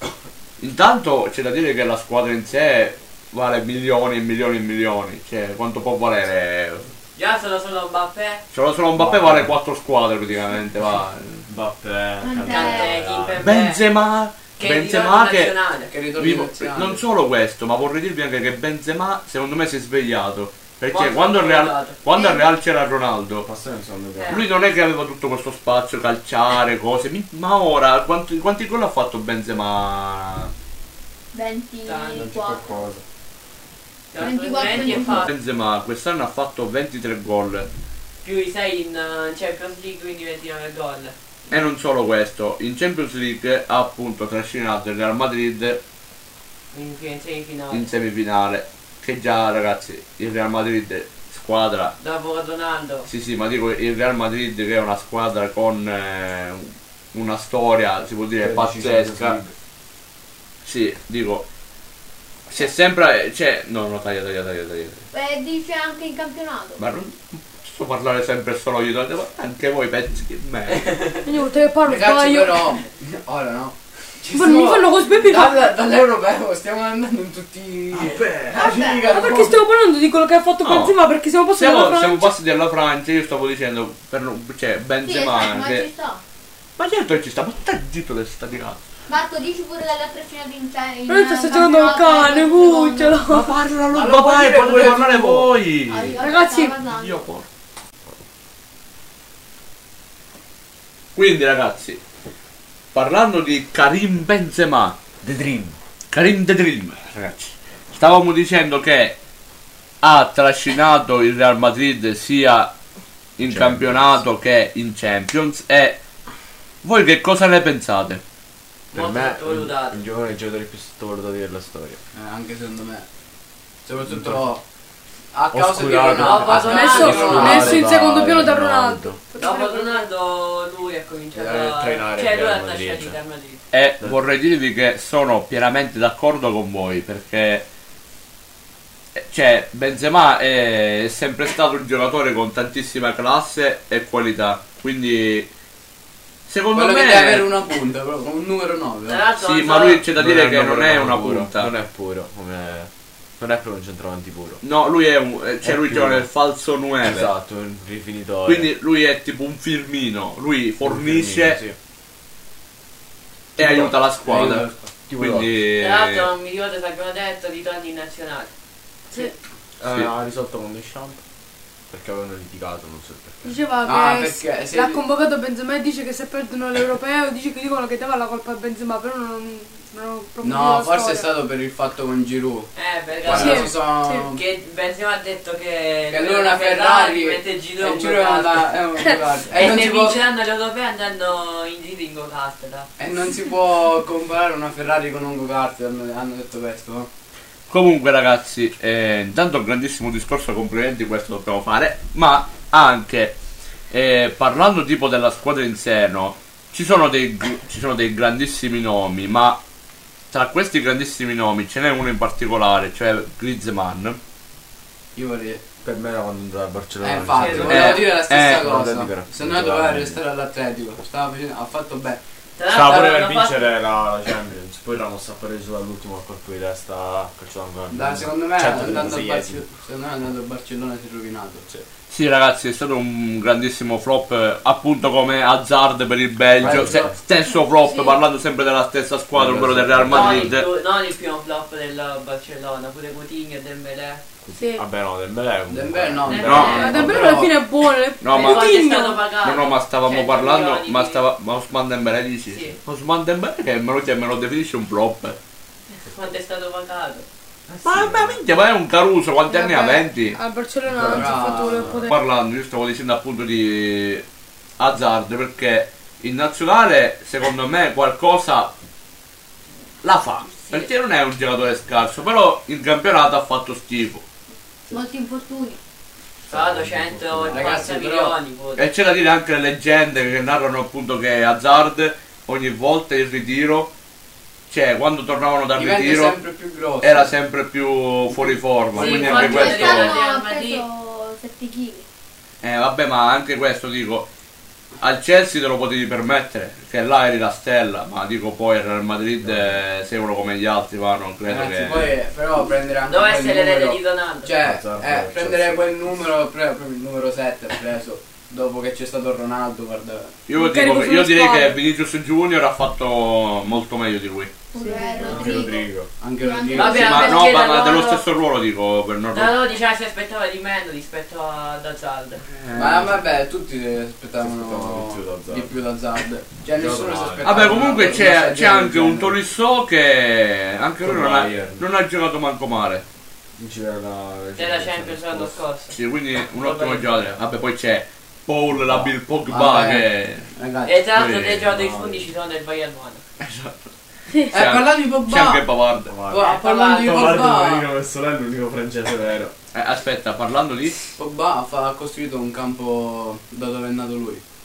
[SPEAKER 1] intanto c'è da dire che la squadra in sé vale milioni e milioni e milioni, cioè quanto può valere?
[SPEAKER 3] Già sono solo Mbappé.
[SPEAKER 1] Solo solo Mbappé
[SPEAKER 5] Mbappé.
[SPEAKER 1] vale quattro squadre praticamente, va.
[SPEAKER 5] Mbappé,
[SPEAKER 6] Kanté,
[SPEAKER 3] Kanté, Kimpembe.
[SPEAKER 1] Benzema,
[SPEAKER 3] Che
[SPEAKER 1] Benzema
[SPEAKER 3] è
[SPEAKER 1] che...
[SPEAKER 3] nazionale.
[SPEAKER 2] Che ritorno
[SPEAKER 1] vi-
[SPEAKER 2] in nazionale.
[SPEAKER 1] non solo questo, ma vorrei dirvi anche che Benzema secondo me si è svegliato, perché
[SPEAKER 3] Molto
[SPEAKER 1] quando al Real,
[SPEAKER 3] svegliato.
[SPEAKER 1] quando al Real c'era Ronaldo,
[SPEAKER 5] Passare non sono
[SPEAKER 3] Eh.
[SPEAKER 1] lui non è che aveva tutto questo spazio, calciare, cose, mi- ma ora quanti, quanti gol ha fatto Benzema?
[SPEAKER 6] ventiquattro.
[SPEAKER 5] qualcosa.
[SPEAKER 6] ventiquattro
[SPEAKER 3] venti e
[SPEAKER 6] in
[SPEAKER 3] fa
[SPEAKER 1] Benzema quest'anno ha fatto ventitré gol.
[SPEAKER 3] più i sei in eh, Champions League, quindi ventinove gol.
[SPEAKER 1] E non solo questo, in Champions League ha appunto trascinato il Real Madrid
[SPEAKER 3] In, in semifinale.
[SPEAKER 1] in semifinale. Che già ragazzi, il Real Madrid squadra,
[SPEAKER 3] Dopo Ronaldo.
[SPEAKER 1] sì sì, ma dico il Real Madrid che è una squadra con eh, una storia, si può dire, pazzesca. Sì, dico, Si è sempre. Cioè. No, no, taglia, taglia, taglia, taglia.
[SPEAKER 6] Eh, dice anche in campionato.
[SPEAKER 1] Ma non posso parlare sempre solo io, ma anche voi pensi che me.
[SPEAKER 4] Ogni volta che parlo
[SPEAKER 2] Ragazzi,
[SPEAKER 4] sbaglio.
[SPEAKER 2] però, ora no. Ci
[SPEAKER 4] Ma non mi fanno così per
[SPEAKER 2] dal- dall'europeo stiamo andando in tutti.
[SPEAKER 5] Vabbè,
[SPEAKER 4] Ma perché stiamo parlando di quello che ha fatto
[SPEAKER 1] No.
[SPEAKER 4] Benzema? Perché siamo passati alla
[SPEAKER 1] Siamo,
[SPEAKER 4] Francia.
[SPEAKER 1] siamo passati alla Francia, io stavo dicendo. Per, non- cioè,
[SPEAKER 6] Sì,
[SPEAKER 1] Benzema
[SPEAKER 6] esatto, ma ci
[SPEAKER 1] che.
[SPEAKER 6] sta.
[SPEAKER 1] Ma certo che ci sta, ma stai zitto del sta di cazzo.
[SPEAKER 6] Marco, dici pure dalle altre finali in te. in
[SPEAKER 4] Però sta giocando al
[SPEAKER 6] campionato,
[SPEAKER 4] cane,
[SPEAKER 6] in
[SPEAKER 4] cucciolo.
[SPEAKER 1] Ma parla lui,
[SPEAKER 2] Ma lo
[SPEAKER 1] papà,
[SPEAKER 2] puoi
[SPEAKER 1] e
[SPEAKER 2] dire
[SPEAKER 1] potete
[SPEAKER 2] pure
[SPEAKER 1] parlare
[SPEAKER 2] tu.
[SPEAKER 1] voi.
[SPEAKER 6] secondo.
[SPEAKER 4] Ragazzi,
[SPEAKER 6] Stava passando.
[SPEAKER 1] Io porco. Quindi ragazzi, parlando di Karim Benzema,
[SPEAKER 5] The Dream.
[SPEAKER 1] Karim the Dream, ragazzi, stavamo dicendo che ha trascinato il Real Madrid sia in
[SPEAKER 5] Champions.
[SPEAKER 1] campionato che in Champions. E voi che cosa ne pensate?
[SPEAKER 5] Per
[SPEAKER 3] Molto
[SPEAKER 5] me è
[SPEAKER 3] sottovalutato.
[SPEAKER 5] il giocatore dei giocatori più sottovalutati della storia.
[SPEAKER 2] Eh, anche secondo me. Soprattutto a causa di
[SPEAKER 5] Oscurato.
[SPEAKER 2] Ronaldo.
[SPEAKER 3] Dopo
[SPEAKER 2] A
[SPEAKER 4] Messo-
[SPEAKER 2] causa di
[SPEAKER 3] Ronaldo.
[SPEAKER 2] Ronaldo.
[SPEAKER 4] messo in secondo piano da
[SPEAKER 5] Ronaldo.
[SPEAKER 4] Ronaldo.
[SPEAKER 3] Dopo Ronaldo lui ha cominciato
[SPEAKER 5] Eh,
[SPEAKER 3] a
[SPEAKER 5] trainare
[SPEAKER 3] cioè
[SPEAKER 5] il
[SPEAKER 3] lui
[SPEAKER 5] Real
[SPEAKER 3] ha
[SPEAKER 5] Madrid,
[SPEAKER 3] lasciato il
[SPEAKER 5] cioè.
[SPEAKER 3] Real Madrid.
[SPEAKER 1] E vorrei dirvi che sono pienamente d'accordo con voi, perché eh, cioè Benzema è sempre stato un giocatore con tantissima classe e qualità, quindi secondo
[SPEAKER 2] Quello
[SPEAKER 1] me
[SPEAKER 2] che deve avere una punta, proprio un numero nove.
[SPEAKER 3] Tra l'altro
[SPEAKER 1] sì,
[SPEAKER 3] non
[SPEAKER 1] ma
[SPEAKER 3] so-
[SPEAKER 1] lui c'è da dire che
[SPEAKER 5] un
[SPEAKER 1] non
[SPEAKER 5] numero
[SPEAKER 1] è una
[SPEAKER 5] puro,
[SPEAKER 1] punta.
[SPEAKER 5] Non è puro, come. Non è proprio un centravanti puro.
[SPEAKER 1] No, lui è un eh, cioè
[SPEAKER 5] È
[SPEAKER 1] lui
[SPEAKER 5] più-
[SPEAKER 1] gioca nel falso nove.
[SPEAKER 5] Esatto, un rifinitore.
[SPEAKER 1] Quindi lui è tipo un Firmino, lui fornisce
[SPEAKER 5] Sì.
[SPEAKER 1] e aiuta la squadra.
[SPEAKER 5] Tipo
[SPEAKER 1] Quindi
[SPEAKER 3] Tra l'altro non mi ricordo se abbiamo detto ritorni in nazionale.
[SPEAKER 4] Sì.
[SPEAKER 5] Eh,
[SPEAKER 1] Sì.
[SPEAKER 5] ha risolto con Deschamps perché avevano litigato, non so perché.
[SPEAKER 4] Diceva
[SPEAKER 2] Ah,
[SPEAKER 4] che
[SPEAKER 2] perché se-
[SPEAKER 4] l'ha convocato Benzema e dice che se perdono l'europeo dice che dicono che dava la colpa a Benzema, però non, non ho proprio
[SPEAKER 2] No,
[SPEAKER 4] la
[SPEAKER 2] forse è
[SPEAKER 4] storia.
[SPEAKER 2] stato per il fatto con Giroud.
[SPEAKER 3] Eh, perché
[SPEAKER 2] Quando
[SPEAKER 4] Sì,
[SPEAKER 2] si sono.
[SPEAKER 3] che Benzema ha detto che,
[SPEAKER 2] Che lui è una Ferrari
[SPEAKER 3] mette Giroud
[SPEAKER 2] e Giroud è una- è un go-kart.
[SPEAKER 3] e
[SPEAKER 2] E non
[SPEAKER 3] ne
[SPEAKER 2] si può-
[SPEAKER 3] vinceranno l'europeo andando in giro in go-kart. là.
[SPEAKER 2] e non si può comparare una Ferrari con un go-kart, hanno hanno detto questo. no?
[SPEAKER 1] comunque ragazzi, eh, intanto un grandissimo discorso, complimenti, questo dobbiamo fare, ma anche eh, parlando tipo della squadra in sé, no? Ci sono dei gr- ci sono dei grandissimi nomi, ma tra questi grandissimi nomi ce n'è uno in particolare, cioè Griezmann.
[SPEAKER 2] Io vorrei.
[SPEAKER 5] Per me era quando andava a Barcellona.
[SPEAKER 2] Eh, infatti,
[SPEAKER 3] sì,
[SPEAKER 2] volevo
[SPEAKER 1] eh,
[SPEAKER 2] dire la stessa
[SPEAKER 1] eh,
[SPEAKER 2] cosa.
[SPEAKER 5] non è
[SPEAKER 2] Se no doveva restare all'Atletico. Stava facendo, ha fatto bene.
[SPEAKER 3] Tra
[SPEAKER 5] Stava
[SPEAKER 3] l'altro
[SPEAKER 5] pure per
[SPEAKER 3] hanno fatto-
[SPEAKER 5] vincere la, la Champions, poi l'hanno stappato giù dall'ultimo al colpo di testa a calcio d'angolo.
[SPEAKER 2] Da, secondo me
[SPEAKER 5] Certo,
[SPEAKER 2] andando al
[SPEAKER 5] sì,
[SPEAKER 2] Barcellona, secondo me andando al Barcellona si è rovinato.
[SPEAKER 5] Sì.
[SPEAKER 1] Sì ragazzi, è stato un grandissimo flop, eh, appunto come Hazard per il Belgio,
[SPEAKER 2] Eh,
[SPEAKER 1] se- stesso flop,
[SPEAKER 6] Sì.
[SPEAKER 1] parlando sempre della stessa squadra,
[SPEAKER 5] Eh,
[SPEAKER 1] quello
[SPEAKER 5] sì.
[SPEAKER 1] del Real
[SPEAKER 3] non il,
[SPEAKER 1] Madrid.
[SPEAKER 3] più- non il primo flop del Barcellona, pure Coutinho e Dembélé.
[SPEAKER 4] Sì.
[SPEAKER 5] Vabbè no, Dembélé comunque.
[SPEAKER 2] Dembélé no,
[SPEAKER 3] Eh,
[SPEAKER 1] no.
[SPEAKER 4] Ma
[SPEAKER 3] eh,
[SPEAKER 4] davvero
[SPEAKER 2] però-
[SPEAKER 4] alla fine è buono. eh.
[SPEAKER 1] No,
[SPEAKER 3] E
[SPEAKER 1] ma-
[SPEAKER 3] quanto è
[SPEAKER 4] Coutinho.
[SPEAKER 3] stato pagato?
[SPEAKER 1] No, no, ma stavamo
[SPEAKER 3] cento
[SPEAKER 1] parlando,
[SPEAKER 3] milioni
[SPEAKER 1] ma
[SPEAKER 3] di-
[SPEAKER 1] stava, ma Osman Dembélé dici?
[SPEAKER 3] Sì.
[SPEAKER 1] Osman Dembélé che me lo, cioè, me lo definisce un flop.
[SPEAKER 3] Quanto è stato pagato?
[SPEAKER 1] Ma, ma minchia, ma è un Caruso, quanti anni ha?
[SPEAKER 4] Vabbè,
[SPEAKER 1] venti?
[SPEAKER 4] Al Barcellona non si è
[SPEAKER 2] Brava.
[SPEAKER 4] fatto il potere.
[SPEAKER 1] Parlando, io stavo dicendo appunto di Hazard, perché in nazionale secondo me qualcosa la fa,
[SPEAKER 3] Sì.
[SPEAKER 1] perché non è un giocatore scarso, però in campionato ha fatto schifo.
[SPEAKER 6] Molti infortuni.
[SPEAKER 3] Pagato centocinquanta
[SPEAKER 2] Ragazzi, però-
[SPEAKER 3] milioni. pure.
[SPEAKER 1] E c'è da dire anche le leggende che narrano appunto che Hazard ogni volta il ritiro, cioè quando tornavano dal
[SPEAKER 2] Diventa
[SPEAKER 1] ritiro
[SPEAKER 2] sempre più grosso.
[SPEAKER 1] era sempre più fuori forma,
[SPEAKER 3] Sì,
[SPEAKER 1] quindi
[SPEAKER 3] infatti
[SPEAKER 1] anche
[SPEAKER 3] questo-
[SPEAKER 1] questo...
[SPEAKER 6] Quest'anno ha
[SPEAKER 3] Madrid.
[SPEAKER 6] preso sette chili.
[SPEAKER 1] Eh vabbè, ma anche questo dico, al Chelsea te lo potevi permettere, che là eri la stella, ma dico poi al Real Madrid eh, sei uno come gli altri, va, non credo
[SPEAKER 2] Ragazzi,
[SPEAKER 1] che...
[SPEAKER 2] poi però prendere anche
[SPEAKER 3] Dove
[SPEAKER 2] quel
[SPEAKER 3] essere l'erede
[SPEAKER 2] numero.
[SPEAKER 3] di Ronaldo?
[SPEAKER 2] Cioè,
[SPEAKER 5] Hazard,
[SPEAKER 2] eh,
[SPEAKER 5] Chelsea.
[SPEAKER 2] prendere quel numero, pre- proprio il numero sette ha preso dopo che c'è stato Ronaldo, guarda.
[SPEAKER 1] Io,
[SPEAKER 4] Un
[SPEAKER 1] dico,
[SPEAKER 4] carico
[SPEAKER 1] che-
[SPEAKER 4] sulle
[SPEAKER 1] io direi
[SPEAKER 4] spalle.
[SPEAKER 1] che Vinicius Junior ha fatto molto meglio di lui.
[SPEAKER 6] Pure
[SPEAKER 5] Anche
[SPEAKER 6] Rodrigo.
[SPEAKER 5] Rodrigo.
[SPEAKER 2] Anche
[SPEAKER 6] Sì,
[SPEAKER 2] Rodrigo.
[SPEAKER 3] Vabbè,
[SPEAKER 1] Sì, ma
[SPEAKER 3] perché
[SPEAKER 1] no, ma,
[SPEAKER 3] da
[SPEAKER 1] ma dello
[SPEAKER 3] loro-
[SPEAKER 1] stesso ruolo dico, per non...
[SPEAKER 3] Da loro diciamo si aspettava di meno rispetto ad Hazard.
[SPEAKER 1] Eh,
[SPEAKER 2] Ma vabbè, tutti si
[SPEAKER 5] aspettavano
[SPEAKER 2] aspettavano
[SPEAKER 5] di più da Hazard.
[SPEAKER 2] di più da Hazard. Cioè
[SPEAKER 5] Io
[SPEAKER 2] nessuno si
[SPEAKER 5] no,
[SPEAKER 2] aspettava.
[SPEAKER 1] Vabbè, comunque
[SPEAKER 2] una
[SPEAKER 1] c'è,
[SPEAKER 2] stagione
[SPEAKER 1] c'è anche
[SPEAKER 2] del
[SPEAKER 1] un
[SPEAKER 2] genere.
[SPEAKER 1] Tolisso che anche lui
[SPEAKER 5] Con
[SPEAKER 1] non ha,
[SPEAKER 5] Bayern.
[SPEAKER 1] non ha giocato manco male.
[SPEAKER 5] Vincere la
[SPEAKER 3] Della Champions l'anno scorso.
[SPEAKER 1] Sì, quindi un ottimo giocatore. Vabbè, poi c'è Paul, la Bill Pogba
[SPEAKER 2] Vabbè.
[SPEAKER 1] che...
[SPEAKER 2] Ragazzi.
[SPEAKER 3] E tra l'altro
[SPEAKER 1] Sì,
[SPEAKER 3] dei giocatori
[SPEAKER 5] no.
[SPEAKER 3] fondi ci sono del Bayern Monaco.
[SPEAKER 1] Esatto.
[SPEAKER 2] Eh,
[SPEAKER 1] C'è anche-
[SPEAKER 2] parlando di
[SPEAKER 1] C'è anche
[SPEAKER 2] Pogba.
[SPEAKER 1] Pavard.
[SPEAKER 2] Oh, parlando di Pogba.
[SPEAKER 5] questo là è l'unico francese vero.
[SPEAKER 1] Eh, aspetta, parlando di...
[SPEAKER 2] Pogba fa- ha costruito un campo da dove è nato lui.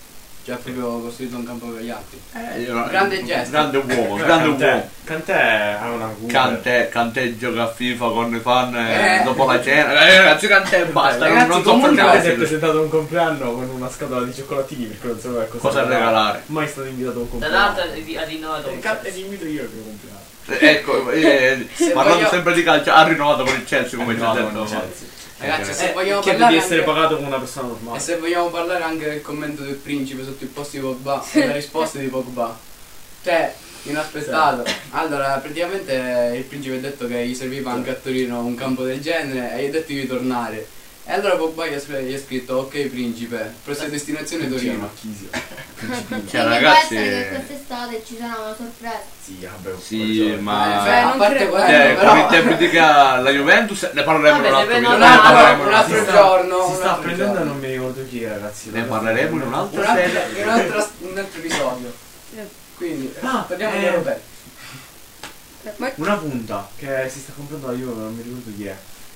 [SPEAKER 2] Cioè ha proprio costruito un campo per gli altri.
[SPEAKER 1] Eh, io-
[SPEAKER 2] Grande gesto.
[SPEAKER 1] Grande uomo, grande uomo.
[SPEAKER 5] Cantè, Cantè ha una cura.
[SPEAKER 1] Cantè, Cantè gioca a FIFA con i fan eh,
[SPEAKER 2] Eh.
[SPEAKER 1] dopo la cena. Eh, ragazzi, Cantè basta, non-
[SPEAKER 2] Ragazzi,
[SPEAKER 1] non so
[SPEAKER 2] comunque-
[SPEAKER 5] Cantè si è
[SPEAKER 1] fermarsi.
[SPEAKER 5] presentato a un compleanno con una scatola di cioccolatini perché non sapeva cosa,
[SPEAKER 1] Cosa regalare.
[SPEAKER 5] Mai stato invitato a un
[SPEAKER 3] Tra
[SPEAKER 5] compleanno.
[SPEAKER 3] l'altro ha rinnovato un
[SPEAKER 5] Cantè ti invito io al mio compleanno.
[SPEAKER 1] Ecco, eh,
[SPEAKER 2] Se
[SPEAKER 1] parlando
[SPEAKER 2] voglio-
[SPEAKER 1] sempre di calcio, ha rinnovato con il Chelsea come ci ha
[SPEAKER 5] Rinnovato
[SPEAKER 1] detto.
[SPEAKER 5] con il Chelsea.
[SPEAKER 2] Ragazzi,
[SPEAKER 1] Eh,
[SPEAKER 2] se vogliamo
[SPEAKER 5] Chiede
[SPEAKER 2] parlare
[SPEAKER 5] di essere
[SPEAKER 2] anche-
[SPEAKER 5] pagato come una persona normale.
[SPEAKER 2] E se vogliamo parlare anche del commento del principe sotto il post di Pogba e la risposta di Pogba, cioè inaspettato. Allora, praticamente il principe ha detto che gli serviva anche a Torino un campo del genere e gli ha detto di tornare. E allora Pogba gli ha, gli ha scritto: ok principe, prossima destinazione Torino.
[SPEAKER 6] Quindi
[SPEAKER 1] Cioè,
[SPEAKER 6] può
[SPEAKER 1] ragazzi-
[SPEAKER 6] essere che quest'estate ci sarà una sorpresa.
[SPEAKER 5] Sì, vabbè,
[SPEAKER 1] Sì, ma-
[SPEAKER 2] Eh,
[SPEAKER 4] non
[SPEAKER 2] a parte
[SPEAKER 4] credo.
[SPEAKER 2] quello,
[SPEAKER 1] Cioè,
[SPEAKER 2] però,
[SPEAKER 1] con i tempi di che ha la Juventus ne parleremo in
[SPEAKER 3] Vabbè,
[SPEAKER 1] un altro
[SPEAKER 3] deve
[SPEAKER 1] video.
[SPEAKER 3] non-
[SPEAKER 1] Ne
[SPEAKER 2] un altro,
[SPEAKER 1] parleremo in
[SPEAKER 2] un
[SPEAKER 1] un
[SPEAKER 2] altro
[SPEAKER 1] altro
[SPEAKER 2] giorno.
[SPEAKER 5] Si
[SPEAKER 2] un
[SPEAKER 5] sta
[SPEAKER 2] altro
[SPEAKER 5] prendendo e
[SPEAKER 2] giorno.
[SPEAKER 5] non mi ricordo chi, ragazzi.
[SPEAKER 1] Ne parleremo in un altro
[SPEAKER 2] Un altro,
[SPEAKER 1] serie.
[SPEAKER 2] in un altro, un altro episodio. Quindi,
[SPEAKER 5] Ah,
[SPEAKER 2] parliamo
[SPEAKER 5] eh.
[SPEAKER 2] di europei.
[SPEAKER 4] Ma
[SPEAKER 5] Una punta che si sta comprando la Juve, non mi ricordo chi è.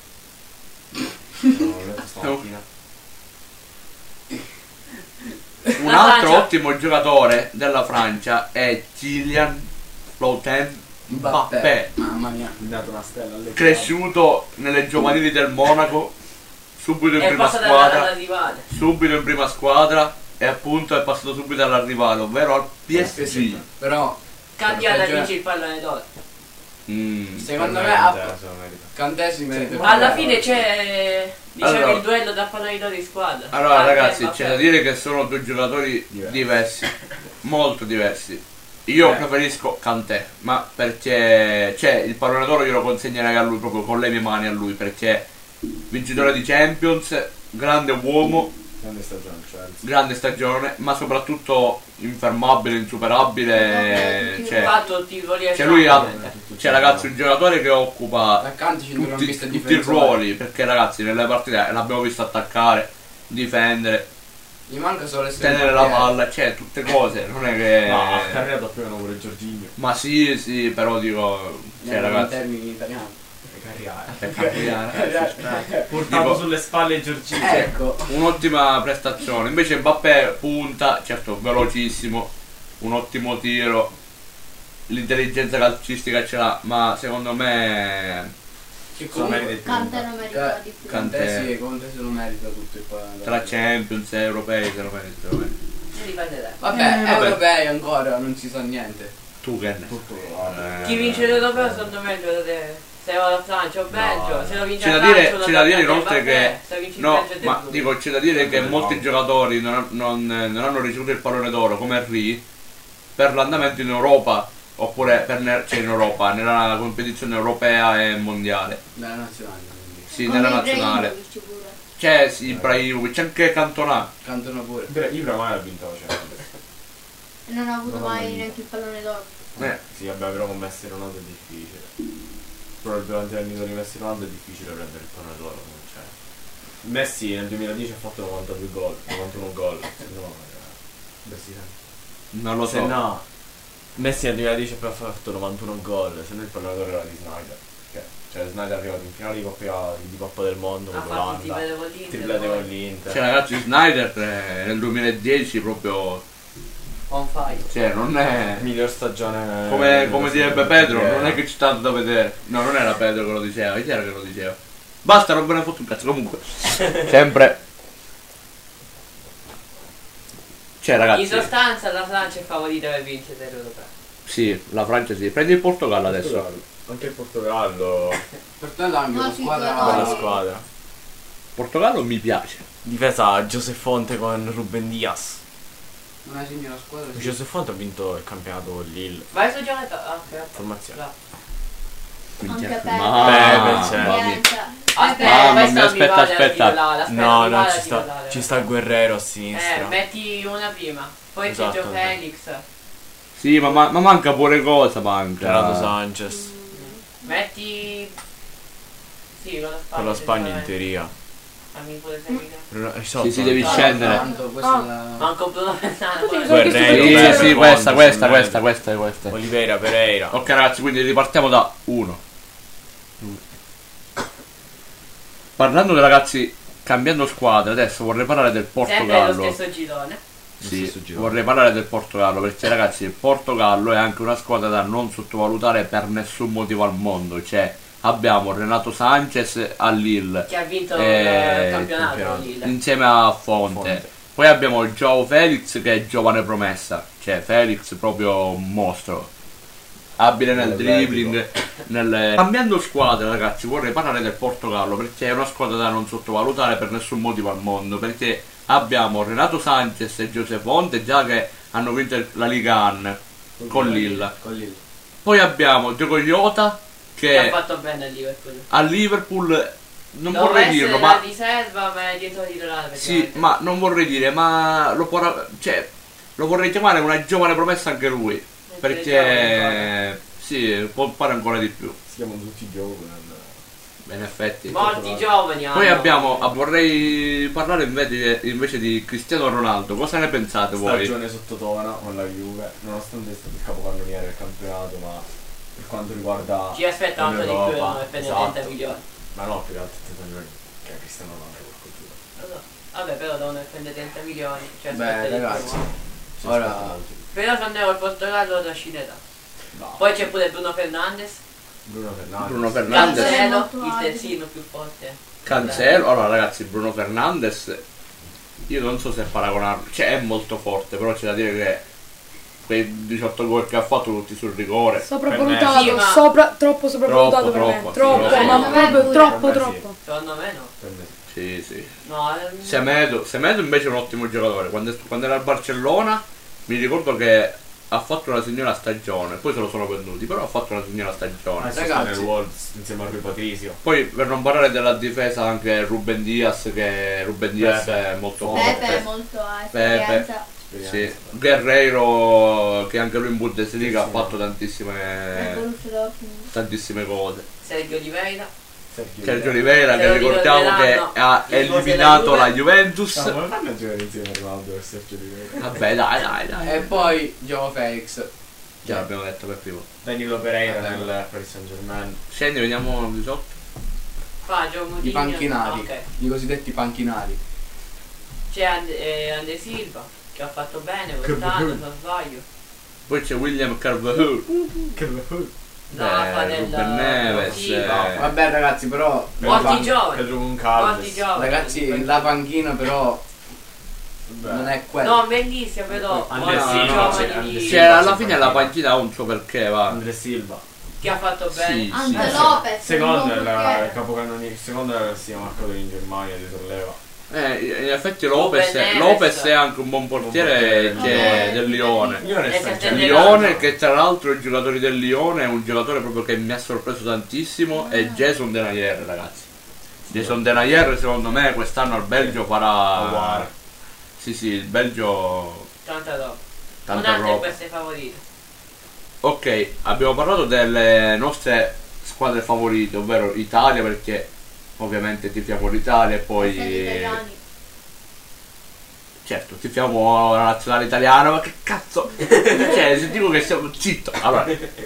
[SPEAKER 5] No, l'ho detto stamattina.
[SPEAKER 1] Un
[SPEAKER 3] La
[SPEAKER 1] altro
[SPEAKER 3] Francia.
[SPEAKER 1] ottimo giocatore della Francia è Kylian Flautin Mbappé,
[SPEAKER 2] Mamma mia.
[SPEAKER 5] Mi ha dato una stella alle
[SPEAKER 1] cresciuto nelle giovanili del Monaco, subito in
[SPEAKER 3] È
[SPEAKER 1] prima
[SPEAKER 3] passato alla, alla
[SPEAKER 1] squadra,
[SPEAKER 3] rivale.
[SPEAKER 1] subito in prima squadra e appunto è passato subito alla rivale, ovvero al P S G.
[SPEAKER 2] Però,
[SPEAKER 3] Cambiata
[SPEAKER 2] Per
[SPEAKER 3] vince il pallone d'oro.
[SPEAKER 1] Mm.
[SPEAKER 2] secondo me,
[SPEAKER 5] Veramente,
[SPEAKER 2] ah,
[SPEAKER 5] se lo merita.
[SPEAKER 2] Cantè si merita.
[SPEAKER 5] Sì.
[SPEAKER 3] Alla fine c'è diciamo
[SPEAKER 1] Allora.
[SPEAKER 3] il duello da pallone d'oro in squadra.
[SPEAKER 1] Allora
[SPEAKER 3] Ah,
[SPEAKER 1] ragazzi,
[SPEAKER 3] Mbappé.
[SPEAKER 1] c'è da dire che sono due giocatori
[SPEAKER 5] Diversi.
[SPEAKER 1] diversi, molto diversi. Io
[SPEAKER 2] Eh.
[SPEAKER 1] preferisco Kanté, ma perché cioè, il pallone d'oro io lo consegnerei a lui proprio con le mie mani a lui, perché vincitore di Champions, grande uomo,
[SPEAKER 5] Grande stagione, Chelsea.
[SPEAKER 1] grande stagione, ma soprattutto infermabile, insuperabile.
[SPEAKER 6] Vabbè,
[SPEAKER 1] Cioè,
[SPEAKER 3] Ha fatto tutti i ruoli a
[SPEAKER 1] cioè lui ha,
[SPEAKER 3] Champions.
[SPEAKER 1] cioè ragazzi un giocatore che occupa
[SPEAKER 2] Attaccanti,
[SPEAKER 1] tutti,
[SPEAKER 2] centrocampista e
[SPEAKER 1] tutti i
[SPEAKER 2] difensore.
[SPEAKER 1] ruoli, perché ragazzi nelle partite l'abbiamo visto attaccare, difendere,
[SPEAKER 2] Gli manca solo essere
[SPEAKER 1] tenere la
[SPEAKER 2] portiere.
[SPEAKER 1] palla, cioè tutte cose, non è che...
[SPEAKER 5] Ma ha carrierato più o meno pure Giorginio.
[SPEAKER 1] Ma sì, sì, però dico, cioè
[SPEAKER 2] Eh, in
[SPEAKER 1] ragazzi,
[SPEAKER 2] termini italiani.
[SPEAKER 5] Carriera.
[SPEAKER 1] per cambiare,
[SPEAKER 5] Portato
[SPEAKER 1] Dico-
[SPEAKER 5] sulle spalle Giorginio.
[SPEAKER 2] Ecco.
[SPEAKER 1] un'ottima prestazione. Invece Mbappé punta, certo velocissimo, un ottimo tiro, l'intelligenza calcistica ce l'ha, ma secondo me
[SPEAKER 2] Che
[SPEAKER 5] Cosa merita
[SPEAKER 2] comunque
[SPEAKER 5] di più?
[SPEAKER 6] Cantè non merita di più.
[SPEAKER 1] Can-
[SPEAKER 2] Cantè sì, Conte se lo merita tutto il pallone.
[SPEAKER 1] tra Champions e europei se lo meriti, se lo meriti.
[SPEAKER 3] Ne riparleremo.
[SPEAKER 2] Vabbè,
[SPEAKER 1] Eh, vabbè.
[SPEAKER 2] europei ancora non si sa niente.
[SPEAKER 1] Tu che ne?
[SPEAKER 5] Tutto
[SPEAKER 1] Eh,
[SPEAKER 3] Chi vince l'europeo secondo me è il giocatore. Se va la Francia o Belgio,
[SPEAKER 5] No.
[SPEAKER 3] se lo vince
[SPEAKER 1] C'è
[SPEAKER 3] la
[SPEAKER 1] da dire,
[SPEAKER 3] Francia,
[SPEAKER 1] c'è da dire
[SPEAKER 3] Mbappé,
[SPEAKER 1] inoltre che
[SPEAKER 3] se vince il
[SPEAKER 1] no,
[SPEAKER 3] Belgio è De
[SPEAKER 1] ma
[SPEAKER 3] Bruyne.
[SPEAKER 1] dico c'è da dire che
[SPEAKER 5] No.
[SPEAKER 1] molti giocatori non, non- non hanno ricevuto il pallone d'oro come Henry per l'andamento in Europa oppure per ne- cioè in Europa nella competizione europea e mondiale.
[SPEAKER 2] Nella nazionale. quindi.
[SPEAKER 1] Sì,
[SPEAKER 6] Come
[SPEAKER 1] nella nazionale.
[SPEAKER 6] Ibrahimovic pure.
[SPEAKER 1] C'è sì, Ibrahimovic, c'è anche Cantona.
[SPEAKER 2] Cantano pure.
[SPEAKER 5] Ibra, Ibra mai ha vinto la Champions.
[SPEAKER 6] E non ha avuto
[SPEAKER 5] Non l'ha
[SPEAKER 6] mai
[SPEAKER 5] vinto.
[SPEAKER 6] neanche il pallone d'oro.
[SPEAKER 1] Eh,
[SPEAKER 5] Sì, vabbè, però con Messi e Ronaldo è difficile. Però durante l'anno di Messi e Ronaldo è difficile prendere il pallone d'oro. non c'è. Messi nel duemiladieci ha fatto novantadue gol, novantuno gol. Se no, era... Messi
[SPEAKER 1] non lo
[SPEAKER 5] Se
[SPEAKER 1] so.
[SPEAKER 5] no, Messi nel duemiladieci ha fatto novantuno gol, se no il pallone d'oro era di Snyder. Che- Cioè Snyder è arrivato in finale di Coppa, di Coppa del Mondo
[SPEAKER 3] Ha
[SPEAKER 5] con
[SPEAKER 3] fatto il
[SPEAKER 5] l'Olanda,
[SPEAKER 3] triplete con l'Inter.
[SPEAKER 5] triplete
[SPEAKER 3] poi
[SPEAKER 5] con l'Inter.
[SPEAKER 1] Cioè ragazzi Snyder eh, nel duemiladieci proprio
[SPEAKER 3] On fire.
[SPEAKER 1] cioè non è
[SPEAKER 5] Miglior stagione.
[SPEAKER 1] come, come direbbe Pedro,
[SPEAKER 5] Eh,
[SPEAKER 1] non è che c'è tanto da vedere. No, non era Pedro che lo diceva, chi era che lo diceva? Basta, non me ne fotto un cazzo. Comunque, sempre. Cioè,
[SPEAKER 3] In
[SPEAKER 1] ragazzi,
[SPEAKER 3] sostanza la Francia è favorita per vincere l'europeo.
[SPEAKER 1] sì, la Francia sì. Prendi il Portogallo adesso.
[SPEAKER 5] Portogallo. Anche il Portogallo,
[SPEAKER 2] Portando anche
[SPEAKER 6] No,
[SPEAKER 2] una
[SPEAKER 6] sì,
[SPEAKER 2] squadra.
[SPEAKER 6] però-
[SPEAKER 5] bella squadra.
[SPEAKER 1] Portogallo mi piace.
[SPEAKER 5] Difesa José Fonte con Ruben Diaz.
[SPEAKER 2] Una signora squadra. sì.
[SPEAKER 5] José Fonte ha vinto il campionato con Lille.
[SPEAKER 3] Vai su giocatore. Ah, ok.
[SPEAKER 5] Formazione.
[SPEAKER 3] Là.
[SPEAKER 1] Quindi
[SPEAKER 6] Anche
[SPEAKER 1] è-
[SPEAKER 6] Pepe.
[SPEAKER 1] Mamma
[SPEAKER 5] Pepe,
[SPEAKER 1] mia.
[SPEAKER 6] Niente.
[SPEAKER 3] Aspetta,
[SPEAKER 1] Mamma
[SPEAKER 3] questa
[SPEAKER 1] mia,
[SPEAKER 3] non mi
[SPEAKER 1] aspetta,
[SPEAKER 3] vale la
[SPEAKER 1] aspetta.
[SPEAKER 3] titolare, aspetta,
[SPEAKER 5] No,
[SPEAKER 3] mi
[SPEAKER 5] no,
[SPEAKER 3] vale
[SPEAKER 5] ci
[SPEAKER 3] la
[SPEAKER 5] sta,
[SPEAKER 3] titolare.
[SPEAKER 5] ci sta il Guerrero a
[SPEAKER 3] Eh,
[SPEAKER 5] sinistra.
[SPEAKER 3] metti una prima. Poi
[SPEAKER 5] Esatto,
[SPEAKER 3] c'è Gio
[SPEAKER 5] esatto.
[SPEAKER 3] Felix.
[SPEAKER 1] Sì, ma, ma- ma manca pure cosa, manca.
[SPEAKER 5] Renato Sanchez.
[SPEAKER 3] Metti. Sì, con la Spagna.
[SPEAKER 5] Con la Spagna in
[SPEAKER 3] sicuramente.
[SPEAKER 5] teoria.
[SPEAKER 3] Fammi pure seguire.
[SPEAKER 5] Re- eh,
[SPEAKER 1] Sì, sì, devi
[SPEAKER 2] Ah,
[SPEAKER 1] scendere.
[SPEAKER 2] Tanto, questa
[SPEAKER 4] Ah.
[SPEAKER 2] è la...
[SPEAKER 3] Manco Bruno Fernando.
[SPEAKER 4] Sì,
[SPEAKER 3] poi-
[SPEAKER 4] so che
[SPEAKER 5] Guerrero,
[SPEAKER 1] Sì,
[SPEAKER 5] Pepe,
[SPEAKER 1] sì,
[SPEAKER 5] Fonte,
[SPEAKER 1] questa, questa,
[SPEAKER 5] Sul
[SPEAKER 1] questa,
[SPEAKER 5] Neve.
[SPEAKER 1] questa, questa, questa.
[SPEAKER 5] Oliveira, Pereira.
[SPEAKER 1] Ok ragazzi, quindi ripartiamo da uno. Parlando dei ragazzi, cambiando squadra, adesso vorrei parlare del
[SPEAKER 3] Sempre lo
[SPEAKER 1] Portogallo.
[SPEAKER 3] stesso girone.
[SPEAKER 1] Sì,
[SPEAKER 5] stesso giro.
[SPEAKER 1] vorrei parlare del Portogallo perché ragazzi il Portogallo è anche una squadra da non sottovalutare per nessun motivo al mondo, cioè abbiamo Renato Sanchez a Lille
[SPEAKER 3] Che ha vinto
[SPEAKER 1] Eh,
[SPEAKER 3] il campionato
[SPEAKER 5] campionato.
[SPEAKER 3] Lille.
[SPEAKER 1] insieme a Fonte.
[SPEAKER 5] Fonte.
[SPEAKER 1] Poi abbiamo Joao Felix che è giovane promessa, cioè Felix proprio un mostro, abile nel dribbling, nel... Cambiando squadra ragazzi vorrei parlare del Portogallo perché è una squadra da non sottovalutare per nessun motivo al mondo, perché abbiamo Renato Sanchez e José Fonte già che hanno vinto la Liga An con Lille.
[SPEAKER 2] Con Lille.
[SPEAKER 1] Poi abbiamo Diogo Jota
[SPEAKER 3] Che ha
[SPEAKER 1] che
[SPEAKER 3] fatto bene a Liverpool.
[SPEAKER 1] a Liverpool non
[SPEAKER 3] Doveva
[SPEAKER 1] vorrei
[SPEAKER 3] essere
[SPEAKER 1] dirlo
[SPEAKER 3] la
[SPEAKER 1] ma
[SPEAKER 3] riserva, ma è dietro titolare.
[SPEAKER 1] sì,
[SPEAKER 3] praticamente.
[SPEAKER 1] ma non vorrei dire, ma lo, porrà- cioè, lo vorrei chiamare una giovane promessa anche lui. Perché sì, può fare ancora di più.
[SPEAKER 5] Si chiamano tutti giovani.
[SPEAKER 1] In effetti.
[SPEAKER 3] Molti giovani hanno.
[SPEAKER 1] Poi abbiamo, ah, vorrei parlare invece, invece di Cristiano Ronaldo. Cosa ne pensate voi?
[SPEAKER 5] Stagione sottotona con la Juve, nonostante sia stato il capocannoniere del campionato, ma per quanto riguarda
[SPEAKER 3] Ci aspetta molto di più,
[SPEAKER 5] l'Europa,
[SPEAKER 3] non spende
[SPEAKER 5] esatto.
[SPEAKER 3] trenta milioni.
[SPEAKER 5] Ma no, più che altro trenta milioni che Cristiano Ronaldo per cultura.
[SPEAKER 3] Lo so. Vabbè, però devono spendere trenta milioni. Cioè,
[SPEAKER 2] Beh,
[SPEAKER 3] aspetta di più.
[SPEAKER 2] ragazzi,
[SPEAKER 5] Si
[SPEAKER 2] Ora-
[SPEAKER 5] aspetta molto di più.
[SPEAKER 3] Però se andiamo al Portogallo da scineta.
[SPEAKER 5] No.
[SPEAKER 3] Poi c'è pure Bruno Fernandes.
[SPEAKER 5] Bruno Fernandes.
[SPEAKER 1] Bruno Fernandes.
[SPEAKER 3] Cancelo,
[SPEAKER 6] Molto
[SPEAKER 3] il
[SPEAKER 6] alto.
[SPEAKER 3] terzino più forte.
[SPEAKER 1] Cancelo. Allora ragazzi, Bruno Fernandes, io non so se paragonarlo, cioè è molto forte, però c'è da dire che quei diciotto gol che ha fatto tutti sul rigore.
[SPEAKER 4] Sopravvalutato,
[SPEAKER 3] Sì, ma-
[SPEAKER 4] sopra, troppo sopravvalutato
[SPEAKER 1] Troppo,
[SPEAKER 4] per me.
[SPEAKER 1] troppo,
[SPEAKER 4] Troppo,
[SPEAKER 1] sì,
[SPEAKER 4] ma
[SPEAKER 3] sì.
[SPEAKER 4] proprio
[SPEAKER 6] Sì.
[SPEAKER 4] troppo,
[SPEAKER 5] Sì.
[SPEAKER 4] troppo.
[SPEAKER 3] Secondo me no.
[SPEAKER 5] Per me sì.
[SPEAKER 1] Sì, sì.
[SPEAKER 3] No, ehm,
[SPEAKER 1] Semedo, Semedo invece è un ottimo giocatore. Quando, quando era al Barcellona mi ricordo che ha fatto una signora stagione, poi se lo sono venduti, però ha fatto una signora stagione.
[SPEAKER 5] Adesso
[SPEAKER 2] Ragazzi.
[SPEAKER 5] sta nel Wolves insieme a Rui Patricio.
[SPEAKER 1] Poi per non parlare della difesa anche Ruben Diaz, che Ruben Diaz
[SPEAKER 5] Pepe.
[SPEAKER 1] è molto
[SPEAKER 6] Pepe è
[SPEAKER 1] forte.
[SPEAKER 6] molto a
[SPEAKER 1] Pepe.
[SPEAKER 6] esperienza.
[SPEAKER 1] Sì.
[SPEAKER 5] Esperienza.
[SPEAKER 1] Guerreiro che anche lui in Bundesliga
[SPEAKER 5] Sì,
[SPEAKER 1] ha
[SPEAKER 5] sì.
[SPEAKER 1] fatto
[SPEAKER 6] Nel
[SPEAKER 1] tantissime
[SPEAKER 6] Borussia Dortmund.
[SPEAKER 1] tantissime cose.
[SPEAKER 3] Sergio Oliveira.
[SPEAKER 1] Sergio Oliveira che
[SPEAKER 3] Se lo
[SPEAKER 1] ricordiamo che
[SPEAKER 3] ricorderanno,
[SPEAKER 1] ha
[SPEAKER 3] il gol
[SPEAKER 1] eliminato
[SPEAKER 3] della
[SPEAKER 1] la
[SPEAKER 3] Juve.
[SPEAKER 1] Juventus.
[SPEAKER 5] No, come fanno a giocare insieme a Ronaldo e Sergio Oliveira?
[SPEAKER 1] Vabbè dai dai dai.
[SPEAKER 2] E poi Joao Felix.
[SPEAKER 1] Già l'abbiamo detto per primo.
[SPEAKER 5] Danilo Pereira
[SPEAKER 2] Vabbè.
[SPEAKER 5] nel Paris Saint Germain.
[SPEAKER 1] Scendi, vediamo di sotto.
[SPEAKER 3] Fagio Moutinho.
[SPEAKER 2] I panchinari.
[SPEAKER 3] Ok.
[SPEAKER 2] I cosiddetti panchinari.
[SPEAKER 3] C'è And- eh, Ande Silva che ha fatto bene quest'anno, se non sbaglio.
[SPEAKER 1] Poi c'è William Carvalho.
[SPEAKER 5] Che bello.
[SPEAKER 3] No,
[SPEAKER 1] Beh,
[SPEAKER 3] fa del
[SPEAKER 1] Ruben Neves,
[SPEAKER 3] sì,
[SPEAKER 1] eh.
[SPEAKER 3] no.
[SPEAKER 2] Vabbè ragazzi, però
[SPEAKER 3] Molti
[SPEAKER 2] la pan-
[SPEAKER 3] giovani.
[SPEAKER 5] Pedro
[SPEAKER 3] Molti
[SPEAKER 5] Goncalves.
[SPEAKER 3] giovani.
[SPEAKER 2] ragazzi, la panchina però non è quella.
[SPEAKER 3] No, bellissima però.
[SPEAKER 5] Andre
[SPEAKER 3] molti
[SPEAKER 5] Silva,
[SPEAKER 3] giovani
[SPEAKER 5] sì, Andre
[SPEAKER 3] di-
[SPEAKER 1] Cioè alla fine la panchina ha un suo perché va.
[SPEAKER 5] Andre Silva.
[SPEAKER 3] che ha fatto bene.
[SPEAKER 1] Sì,
[SPEAKER 6] Anche
[SPEAKER 1] sì.
[SPEAKER 6] Lopez.
[SPEAKER 5] Secondo
[SPEAKER 6] non
[SPEAKER 5] è
[SPEAKER 6] so
[SPEAKER 5] la-
[SPEAKER 6] perché.
[SPEAKER 5] il capocannoniere, secondo è sia marcato in Germania di solleva.
[SPEAKER 1] Eh, in effetti Lopez,
[SPEAKER 3] Ruben Neves.
[SPEAKER 1] Lopez è anche un buon portiere
[SPEAKER 5] Buon
[SPEAKER 1] che
[SPEAKER 6] portiere.
[SPEAKER 1] è del Lione.
[SPEAKER 5] Lione
[SPEAKER 3] E
[SPEAKER 5] sta
[SPEAKER 3] se
[SPEAKER 5] in
[SPEAKER 3] te
[SPEAKER 5] Champions.
[SPEAKER 3] ne-
[SPEAKER 1] Lione che tra l'altro i giocatori del Lione è un giocatore proprio che mi ha sorpreso tantissimo è Jason Denayer ragazzi. Jason Denayer secondo me quest'anno al Belgio farà.
[SPEAKER 5] Aguar.
[SPEAKER 1] Sì sì, il Belgio
[SPEAKER 3] Tanta roba.
[SPEAKER 1] tanta
[SPEAKER 3] Un'altra di
[SPEAKER 1] roba.
[SPEAKER 3] queste favorite.
[SPEAKER 1] Ok, abbiamo parlato delle nostre squadre favorite, ovvero Italia perché ovviamente tifiamo l'Italia e
[SPEAKER 6] Essendo
[SPEAKER 1] poi
[SPEAKER 6] italiani.
[SPEAKER 1] certo tifiamo la nazionale italiana, ma che cazzo? Cioè, se dico che siamo zitto. Allora,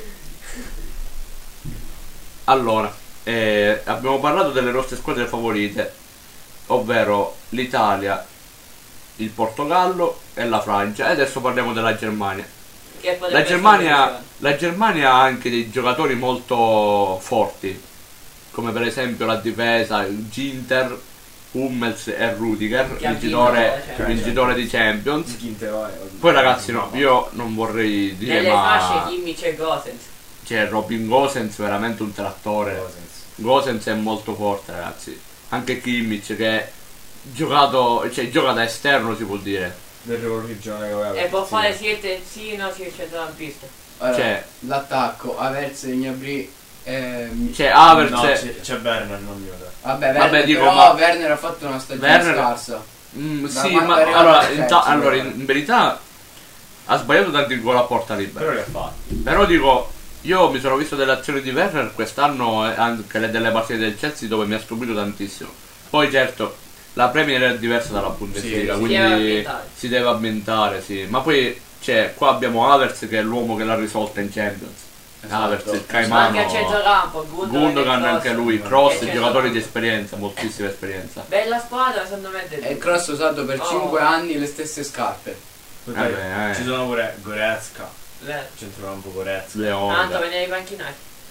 [SPEAKER 1] allora eh, abbiamo parlato delle nostre squadre favorite, ovvero l'Italia, il Portogallo e la Francia. E adesso parliamo della Germania.
[SPEAKER 3] Che potrebbe
[SPEAKER 1] La
[SPEAKER 3] essere
[SPEAKER 1] Germania,
[SPEAKER 3] un'opzione.
[SPEAKER 1] la Germania ha anche dei giocatori molto forti, come per esempio la difesa, Ginter, Hummels e Rudiger,
[SPEAKER 3] Che ha
[SPEAKER 1] vincitore,
[SPEAKER 3] vinto, cioè.
[SPEAKER 1] vincitore di Champions.
[SPEAKER 5] Ginterò è-
[SPEAKER 1] Poi ragazzi no, io non vorrei dire
[SPEAKER 3] Nelle fasce
[SPEAKER 1] ma
[SPEAKER 3] Kimmich e Gosens.
[SPEAKER 1] c'è Robin Gosens veramente un trattore.
[SPEAKER 5] Gosens.
[SPEAKER 1] Gosens è molto forte ragazzi. Anche Kimmich che giocato, cioè gioca da esterno si può dire.
[SPEAKER 5] Del ruolo regionale che aveva.
[SPEAKER 3] E può
[SPEAKER 5] sì.
[SPEAKER 3] fare sia il terzino sia il centrocampista.
[SPEAKER 2] Allora,
[SPEAKER 1] Cioè-
[SPEAKER 2] l'attacco, Averse, Gnabry, ehm,
[SPEAKER 1] C'è Havertz.
[SPEAKER 5] No, c'è, c'è Werner, non io te.
[SPEAKER 2] vabbè,
[SPEAKER 1] Vabbè,
[SPEAKER 2] Werner,
[SPEAKER 1] dico,
[SPEAKER 2] però
[SPEAKER 1] ma-
[SPEAKER 2] Werner ha fatto una stagione
[SPEAKER 1] Werner-
[SPEAKER 2] scarsa.
[SPEAKER 1] Mm,
[SPEAKER 2] Da
[SPEAKER 1] sì,
[SPEAKER 2] quando
[SPEAKER 1] ma
[SPEAKER 2] è arrivato
[SPEAKER 1] allora,
[SPEAKER 2] al
[SPEAKER 1] in, ta-
[SPEAKER 2] Chelsea,
[SPEAKER 1] allora,
[SPEAKER 2] però.
[SPEAKER 1] in verità ha sbagliato tanti gol a porta libera.
[SPEAKER 5] Però li ha fatti.
[SPEAKER 1] Però dico, io mi sono visto delle azioni di Werner quest'anno e anche le- delle partite del Chelsea dove mi ha stupito tantissimo. Poi certo, la Premier è diversa dalla Bundesliga,
[SPEAKER 2] Sì,
[SPEAKER 3] si deve
[SPEAKER 1] quindi
[SPEAKER 3] ambientare.
[SPEAKER 1] si deve ambientare, sì. Ma poi c'è, qua abbiamo Havertz che è l'uomo che l'ha risolta in Champions.
[SPEAKER 2] Esatto.
[SPEAKER 1] Havertz, il
[SPEAKER 3] Ma
[SPEAKER 1] Caimano,
[SPEAKER 3] anche a centrocampo, Gundogan,
[SPEAKER 1] Gundogan
[SPEAKER 3] e
[SPEAKER 1] anche
[SPEAKER 3] Kroos.
[SPEAKER 1] lui, Cross,
[SPEAKER 3] E
[SPEAKER 1] giocatori di
[SPEAKER 3] centrocampo.
[SPEAKER 1] esperienza, moltissima esperienza.
[SPEAKER 3] Bella squadra, secondo me. del-
[SPEAKER 2] E il Cross ha usato per
[SPEAKER 3] Oh.
[SPEAKER 2] cinque anni le stesse scarpe.
[SPEAKER 5] Poi
[SPEAKER 1] Vabbè,
[SPEAKER 5] dai,
[SPEAKER 1] eh.
[SPEAKER 5] ci sono pure Goretzka,
[SPEAKER 3] Le-
[SPEAKER 5] centrocampo Goretzka.
[SPEAKER 1] Leone.
[SPEAKER 3] Tanto veniva ai panchinari.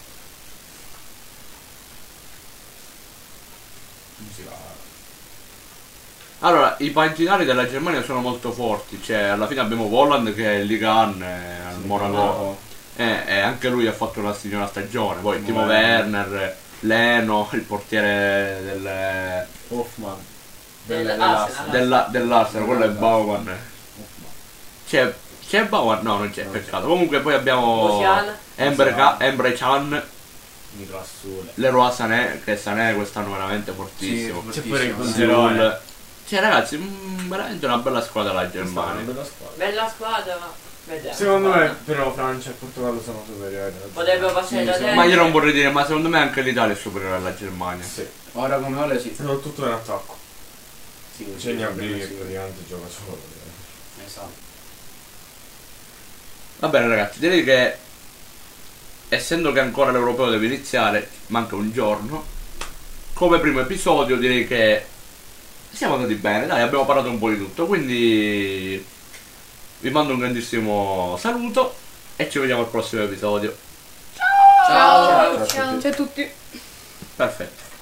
[SPEAKER 5] Come si va?
[SPEAKER 1] Allora, i pancinari della Germania sono molto forti, cioè alla fine abbiamo Volland che è il Ligan eh, al Monaco, eh, e anche lui ha fatto una signora stagione, poi Timo
[SPEAKER 5] Werner.
[SPEAKER 1] Werner, Leno, il portiere del,
[SPEAKER 5] Hoffman.
[SPEAKER 3] Del-
[SPEAKER 5] Delle-
[SPEAKER 3] Arsenal.
[SPEAKER 1] della- dell'Arsenal, quello è Bauman.
[SPEAKER 5] Hoffman.
[SPEAKER 1] C'è, c'è Bauman? No, non c'è,
[SPEAKER 5] Non
[SPEAKER 1] peccato. Comunque poi abbiamo
[SPEAKER 3] Musiala.
[SPEAKER 1] Embre,
[SPEAKER 5] Musiala.
[SPEAKER 1] Embre Can,
[SPEAKER 5] Nicolas Sule.
[SPEAKER 1] Leroy Sané, che Sané quest'anno veramente fortissimo.
[SPEAKER 2] Sì,
[SPEAKER 5] C'è pure il
[SPEAKER 2] fortissimo.
[SPEAKER 5] Conserone.
[SPEAKER 1] Cioè ragazzi, mm, veramente una bella squadra la
[SPEAKER 5] Una
[SPEAKER 1] Germania.
[SPEAKER 5] bella squadra.
[SPEAKER 3] Bella squadra, ma vediamo.
[SPEAKER 5] Secondo me però Francia e Portogallo sono superiori.
[SPEAKER 3] Potrebbero passare
[SPEAKER 2] Sì,
[SPEAKER 3] da
[SPEAKER 2] sì.
[SPEAKER 3] te.
[SPEAKER 1] Ma io non vorrei dire, ma secondo me anche l'Italia è superiore alla Germania.
[SPEAKER 5] Sì.
[SPEAKER 2] Ora come ora sì.
[SPEAKER 5] Soprattutto in attacco.
[SPEAKER 2] Sì,
[SPEAKER 5] C'è Gnabry che
[SPEAKER 2] sì.
[SPEAKER 5] praticamente gioca solo.
[SPEAKER 2] Esatto.
[SPEAKER 1] Va bene ragazzi, direi che essendo che ancora l'europeo deve iniziare, manca un giorno, come primo episodio direi che siamo andati bene, dai, abbiamo parlato un po' di tutto, quindi vi mando un grandissimo saluto e ci vediamo al prossimo episodio.
[SPEAKER 2] Ciao.
[SPEAKER 6] Ciao.
[SPEAKER 4] Ciao a tutti.
[SPEAKER 1] Perfetto.